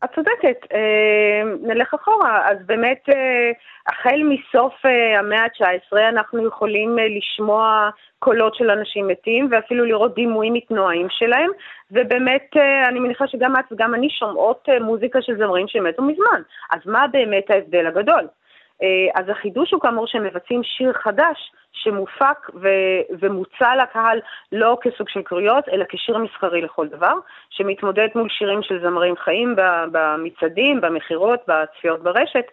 את צודקת, נלך אחורה, אז באמת החל מסוף המאה ה-19 אנחנו יכולים לשמוע קולות של אנשים מתים ואפילו לראות דימויים מתנועים שלהם, ובאמת אני מניחה שגם את וגם אני שומעות מוזיקה של זמרים שמתו מזמן, אז מה באמת ההבדל הגדול? אז החידוש הוא כאמור שמבצעים שיר חדש שמופק ומוצע לקהל לא כסוג של קריאות, אלא כשיר מסחרי לכל דבר, שמתמודד מול שירים של זמרים חיים במצעדים, במחירות, בצפיות ברשת,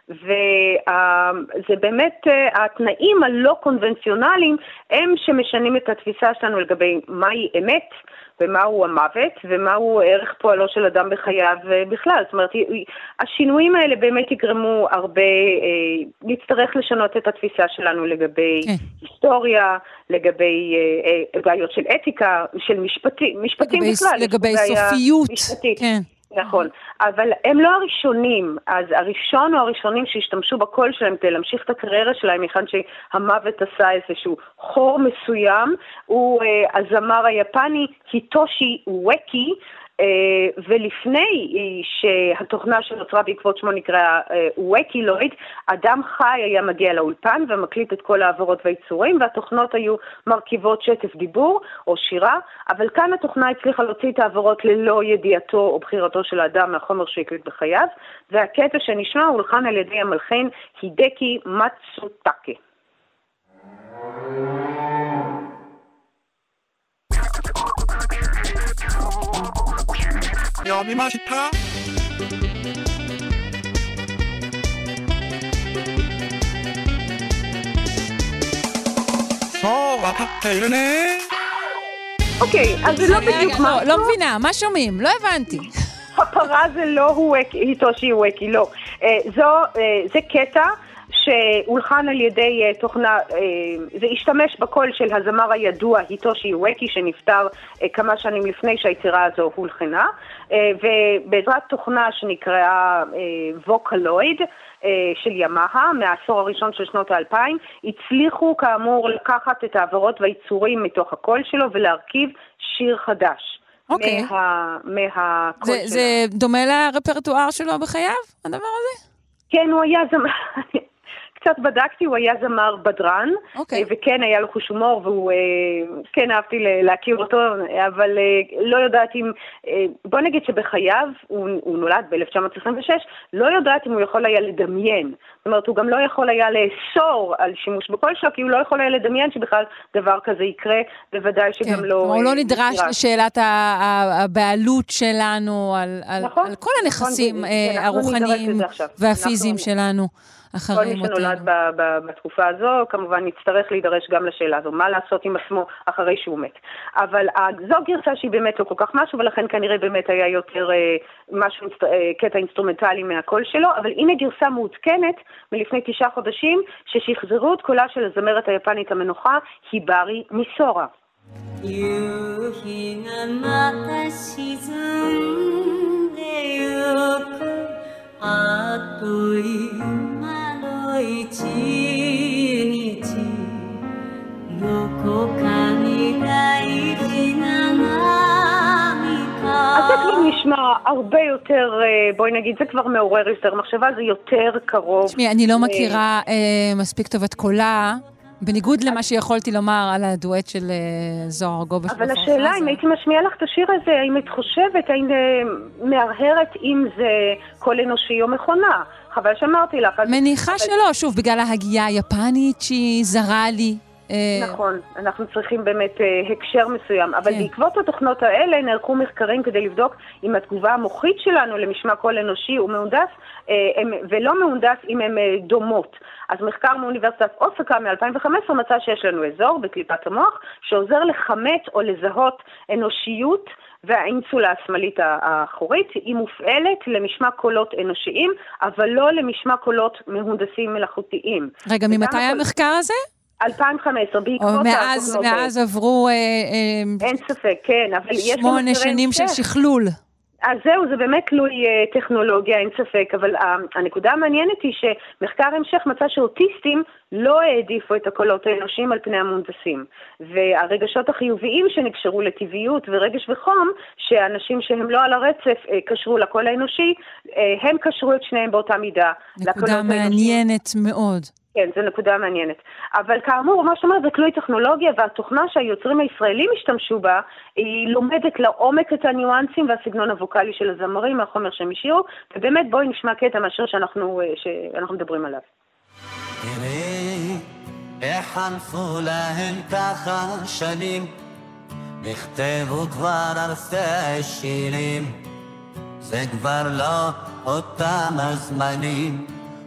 וזה באמת התנאים הלא קונבנציונליים הם שמשנים את התפיסה שלנו לגבי מהי אמת, ומהו המוות, ומהו ערך פועלו של אדם בחייו בכלל. זאת אומרת, השינויים האלה באמת יגרמו הרבה, נצטרך לשנות את התפיסה שלנו לגבי היסטוריה, לגבי בעיות של אתיקה, של משפטים בכלל. לגבי סופיות. כן. נכון, אבל הם לא הראשונים, אז הראשון או הראשונים שהשתמשו בקול שלהם כדי להמשיך את הקריירה שלהם, מכאן שהמוות עשה איזשהו חור מסוים, הוא הזמר היפני היטושי אואקי, ולפני שהתוכנה שנוצרה בעקבות שמו נקרא ווקילויד, אדם חי היה מגיע לאולפן ומקליט את כל העברות והיצורים, והתוכנות היו מרכיבות שטף דיבור או שירה, אבל כאן התוכנה הצליחה להוציא את העברות ללא ידיעתו או בחירתו של האדם מהחומר שהקליט בחייו, והקטע שנשמע הולחן על ידי המלחין הידקי מצוטאקה. 여기 맛있다. 이러네. אוקיי, אז זה לא בדיוק מה... לא מבינה, מה שומעים? לא הבנתי. הפרה זה לא היטושי אואקי, לא. זה קטע שהולחן על ידי תוכנה, זה השתמש בקול של הזמר הידוע היטושי אואקי שנפטר כמה שנים לפני שהיצירה הזו הולחנה, ובעזרת תוכנה שנקראה ווקלויד של ימאהה מהעשור הראשון של שנות ה-2000, הצליחו כאמור לקחת את העברות והיצורים מתוך הקול שלו ולהרכיב שיר חדש. אוקיי. מהקול שלו. זה דומה לרפרטואר שלו בחייו, הדבר הזה? כן, הוא היה זמר... קצת בדקתי, הוא היה זמר בדרן, וכן היה לו חוש הומור, והוא כן אהבתי להכיר אותו, אבל לא יודעת אם, בוא נגיד שבחייו, הוא נולד ב-1926, לא יודעת אם הוא יכול היה לדמיין, זאת אומרת, הוא גם לא יכול היה לאסור על שימוש בקול שלו, כי הוא לא יכול היה לדמיין שבכלל דבר כזה יקרה, בוודאי שגם לא... הוא לא נדרש לשאלת הבעלות שלנו על כל הנכסים הרוחניים והפיזיים שלנו. כל מי שנולד בתקופה הזו, כמובן נצטרך להידרש גם לשאלה הזו, מה לעשות עם עצמו אחרי שהוא מת. אבל זו גרסה שהיא באמת לא כל כך משהו, ולכן כנראה באמת היה יותר משהו, קטע אינסטרומנטלי מהקול שלו, אבל הנה גרסה מעודכנת מלפני 9 חודשים, ששחזרו את קולה של הזמרת היפנית המנוחה, היבארי מיסורה. אז זה כבר נשמע הרבה יותר, בואי נגיד, זה כבר מעורר יותר מחשבה, זה יותר קרוב. תשמעי, אני לא מכירה מספיק טוב את קולה, בניגוד למה שיכולתי לומר על הדואט של זוהר ארגוב. אבל השאלה, אם הייתי משמיעה לך את השיר הזה, האם את חושבת, האם מהרהרת אם זה קול אנושי או מכונה? חבל שאמרתי לך. מניחה שלא, שוב, בגלל ההגייה היפנית שהיא זרה לי. נכון, אנחנו צריכים באמת הקשר מסוים, אבל בעקבות התוכנות האלה נערכו מחקרים כדי לבדוק אם התגובה המוחית שלנו למשמע קול אנושי הוא מהונדס ולא מהונדס אם הן דומות. אז מחקר מאוניברסיטת אוסקה מ-2015 מצא שיש לנו אזור בקליפת המוח שעוזר לכמת או לזהות אנושיות, והאינסולה השמאלית האחורית היא מופעלת למשמע קולות אנושיים, אבל לא למשמע קולות מהונדסים מלאכותיים. רגע, ממתי המחקר הזה? 2015, בעקבות מאז עברו אין ספק, כן, אבל יש 8 שנים של שכלול. אז זהו, זה באמת תלוי טכנולוגיה, אין ספק, אבל הנקודה המעניינת היא שמחקר המשך מצא שאוטיסטים לא העדיפו את הקולות האנושיים על פני המונדסים. והרגשות החיוביים שנקשרו לטבעיות ורגש וחום, שאנשים שהם לא על הרצף קשרו לקול האנושי, הם קשרו את שניהם באותה מידה. נקודה מעניינת מאוד. כן, זו נקודה מעניינת. אבל כאמור, מה שאומר, זה תלוי טכנולוגיה, והתוכנה שהיוצרים הישראלים השתמשו בה, היא לומדת לעומק את הניואנסים והסגנון הווקלי של הזמרים, מהחומר שהם השאירו, ובאמת בואי נשמע קטע מאשר שאנחנו מדברים עליו. תראי, איך חלפו להם ככה שנים, נכתבו כבר אלפי שירים, זה כבר לא אותם הזמנים.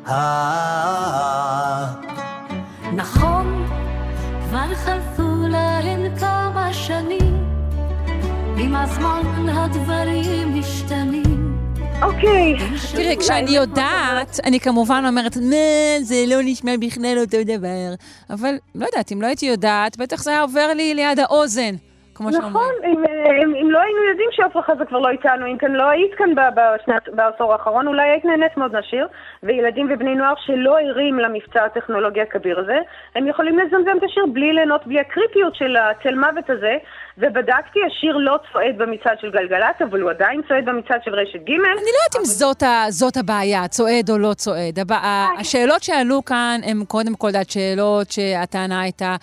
נכון, כבר חלפו להם כמה שנים, עם הזמן הדברים משתנים. אוקיי. תראי, כשאני יודעת, אני כמובן אומרת, זה לא נשמע בכלל אותו דבר. אבל לא יודעת, אם לא הייתי יודעת, בטח זה היה עובר לי ליד האוזן. נכון, אם לא היינו יודעים שעפרה חזה כבר לא איתנו, אם כאן לא היית כאן בעשור האחרון, אולי היית נהנית מאוד נשיר, וילדים ובני נוער שלא ערים למבצע הטכנולוגיה הכביר הזה, הם יכולים לזמזם את השיר בלי ליהנות, בלי הקריפיות של הצל מוות הזה, ובדקתי, השיר לא צועד במצעד של גלגלת, אבל הוא עדיין צועד במצעד של רשת ג'. אני לא יודעת אם זאת הבעיה, צועד או לא צועד. השאלות שעלו כאן הן קודם כל דעת שאלות שהטענה הייתה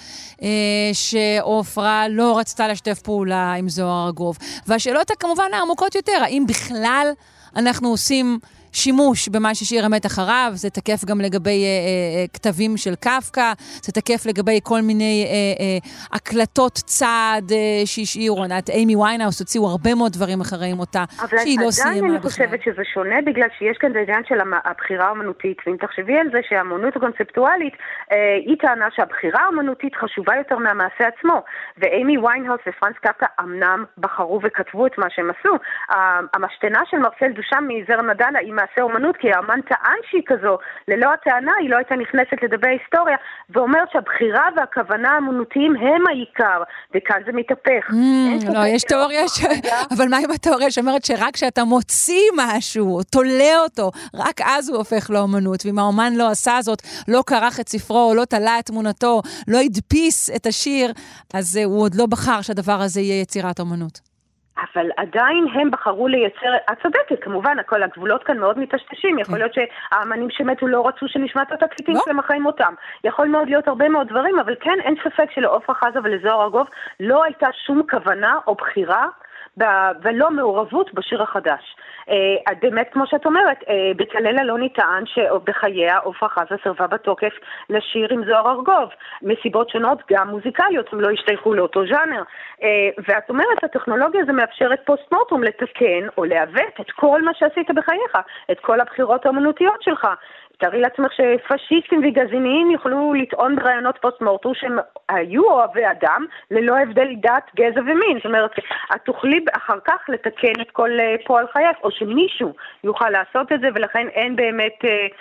שעופרה לא רצתה לשתף פעולה עם זוהר ארגוב. והשאלות כמובן העמוקות יותר, האם בכלל אנחנו עושים שימוש במה ששיר אמת אחריו, זה תקף גם לגבי כתבים של קפקא, זה תקף לגבי כל מיני הקלטות צעד שהשאירו, אימי ויינהאוס הוציאו הרבה מאוד דברים אחרים אותה, שהיא לא סיימה בכלל. אבל עדיין אני חושבת שזה שונה, בגלל שיש כאן עניין של הבחירה האמנותית, ואם תחשבי על זה שהאמנות הקונספטואלית, היא טענה שהבחירה האמנותית חשובה יותר מהמעשה עצמו, ואימי ויינהאוס ופרנץ קפקא אמנם בחרו וכתבו את מה שהם עשו. המשתנה של מרסל דושם מזר נדלה היא מעשה אומנות, כי האמן טען שהיא כזו, ללא הטענה היא לא הייתה נכנסת לדבי ההיסטוריה, ואומרת שהבחירה והכוונה האמנותיים הם העיקר, וכאן זה מתהפך. לא, יש תיאוריה אבל מה עם התיאוריה שאומרת שרק כשאתה מוציא משהו, או תולה אותו, רק אז הוא הופך לאמנות, ואם האמן לא עשה זאת, לא קרח את ספרו, לא תלה את תמונתו, לא הדפיס את השיר, אז הוא עוד לא בחר שהדבר הזה יהיה יצירת אמנות. אבל עדיין הם בחרו לייצר, את צודקת, כמובן, כל הגבולות כאן מאוד מטשטשים, יכול להיות שהאמנים שמתו לא רצו שנשמע את התקליטים שלהם אחרי מותם, יכול מאוד להיות הרבה מאוד דברים, אבל כן, אין ספק שלעופרה חזה ולזוהר ארגוב לא הייתה שום כוונה או בחירה, ולא מעורבות בשיר החדש. באמת, כמו שאת אומרת, בצלאל אלוני טען שבחייה עופרה חזה סרבה בתוקף לשיר עם זוהר ארגוב, מסיבות שונות, גם מוזיקליות, הם לא השתייכו לאותו ז'אנר. ואת אומרת, הטכנולוגיה זה מאפשרת פוסט-מורטום לתקן או לעוות את כל מה שעשית בחייך, את כל הבחירות האמנותיות שלך. תראי לעצמך שפשיסטים וגזעניים יוכלו לטעון ברעיונות פוסט-מורטום שהם היו אוהבי אדם ללא הבדל דת, גזע ומין. זאת אומרת, את תוכלי אחר כך לתקן את כל פועל חייך, או שמישהו יוכל לעשות את זה, ולכן אין באמת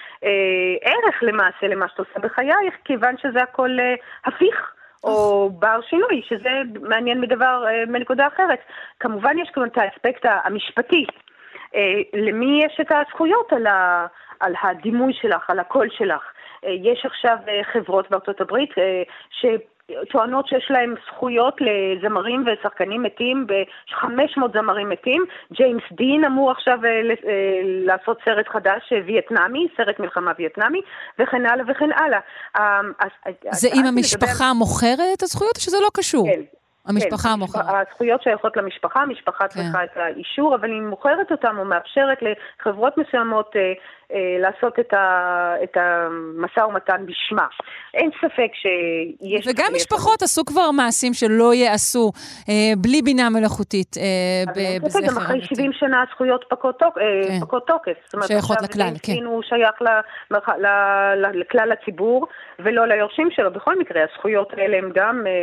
ערך למעשה למה שאתה עושה בחייך, כיוון שזה הכל הפיך. או בר שינוי, שזה מעניין מנקודה אחרת. כמובן יש כאן את האספקט המשפטי. למי יש את הזכויות על הדימוי שלך, על הקול שלך? יש עכשיו חברות בארצות הברית שטוענות שיש להם זכויות לזמרים ושחקנים מתים, ב-500 זמרים מתים. ג'יימס דין אמור עכשיו לעשות סרט חדש וייטנאמי, סרט מלחמה וייטנאמי, וכן הלאה וכן הלאה. זה אם המשפחה מוכרת את הזכויות או שזה לא קשור? כן. המשפחה מוכרת. הזכויות שייכות למשפחה, המשפחה צריכה את האישור, אבל היא מוכרת אותם או מאפשרת לחברות מסוימות לעשות את המשא ומתן בשמה. אין ספק שיש... וגם משפחות עשו כבר מעשים שלא יעשו בלי בינה מלאכותית בזכר. גם אחרי 70 שנה הזכויות פקות תוקף. שייכות לכלל, כן. הוא שייך לכלל הציבור ולא ליורשים שלו. בכל מקרה, הזכויות האלה הם גם...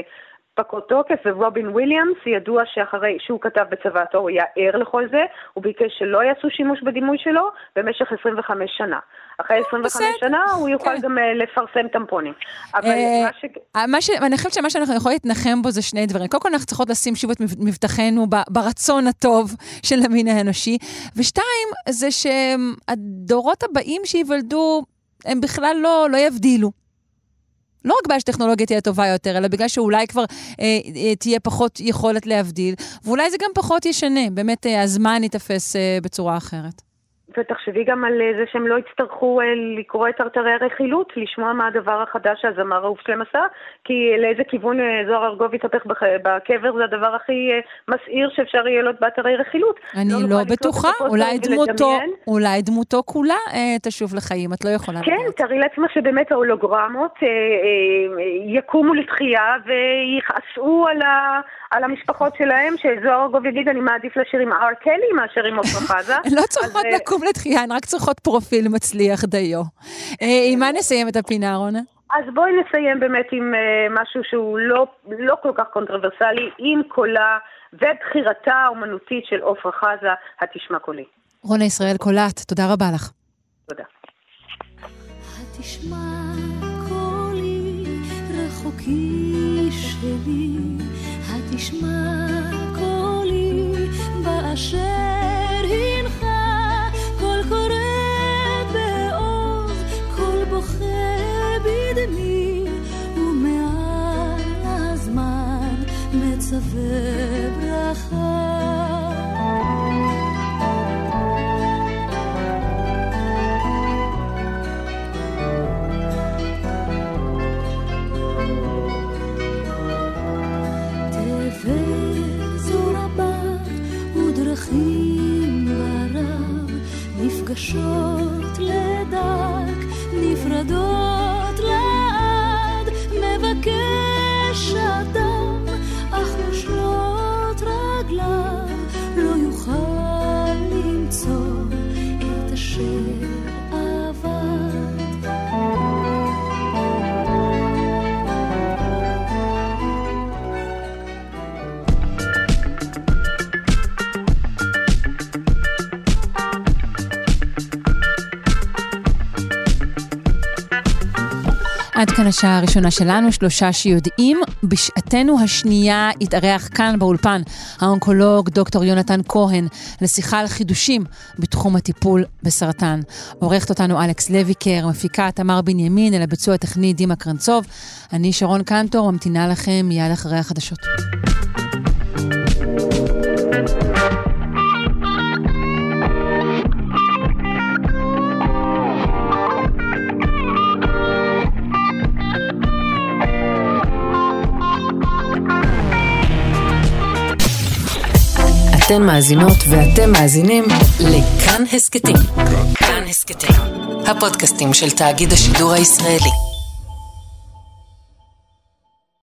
פקוד תוקף, ורובין וויליאמס ידוע שאחרי שהוא כתב בצוואתו הוא היה ער לכל זה, הוא ביקש שלא יעשו שימוש בדימוי שלו במשך 25 שנה. אחרי 25 שנה הוא יוכל גם לפרסם טמפונים. אבל אני חושבת שמה שאנחנו יכולים להתנחם בו זה שני דברים. קודם כל אנחנו צריכות לשים שוב את מבטחנו ברצון הטוב של המין האנושי, ושתיים זה שהדורות הבאים שיוולדו הם בכלל לא יבדילו. לא רק בעיה שטכנולוגיה תהיה טובה יותר, אלא בגלל שאולי כבר תהיה פחות יכולת להבדיל, ואולי זה גם פחות ישנה, באמת הזמן יתפס בצורה אחרת. ותחשבי גם על זה שהם לא יצטרכו לקרוא את אתרי הרכילות, לשמוע מה הדבר החדש שהזמר אהוב שלהם עשה, כי לאיזה כיוון זוהר ארגוב יתהפך בקבר, זה הדבר הכי מסעיר שאפשר יהיה לו באתרי רכילות. אני לא בטוחה, אולי דמותו כולה תשוב לחיים, את לא יכולה לדעת. כן, תראי לעצמך שבאמת ההולוגרמות יקומו לתחייה ויכעסו על המשפחות שלהם, שזוהר ארגוב יגיד, אני מעדיף לשיר עם R. קלי מאשר עם עופרה חזה. לא צריכות לקום לתחייה, הן רק צריכות פרופיל מצליח דיו. עם מה נסיים את הפינה, רונה? אז בואי נסיים באמת עם משהו שהוא לא כל כך קונטרוברסלי, עם קולה ובחירתה האומנותית של עופרה חזה, התשמע קולי. רונה ישראל קולט, תודה רבה לך. תודה. התשמע קולי רחוקי שלי, התשמע קולי באשר הנך, קול קורא בעוז, קול בוכה בדמי, ומעל הזמן מצווה ברכה. נפגשות לדק, נפרדות לעד, מבקש אדם, אך נושלות רגליו, לא יוכל למצוא את אשר עבד. עד כאן השעה הראשונה שלנו, 3 שיודעים. בשעתנו השנייה התארח כאן באולפן האונקולוג דוקטור יונתן כהן לשיחה על חידושים בתחום הטיפול בסרטן. עורכת אותנו אלכס לויקר, מפיקה תמר בנימין, אל הביצוע הטכני דימה קרנצוב. אני שרון קנטור, ממתינה לכם מיד אחרי החדשות. אתן מאזינות ואתם מאזינים לכאן הסקטים. כאן הסקטים, הפודקאסטים של תאגיד השידור הישראלי.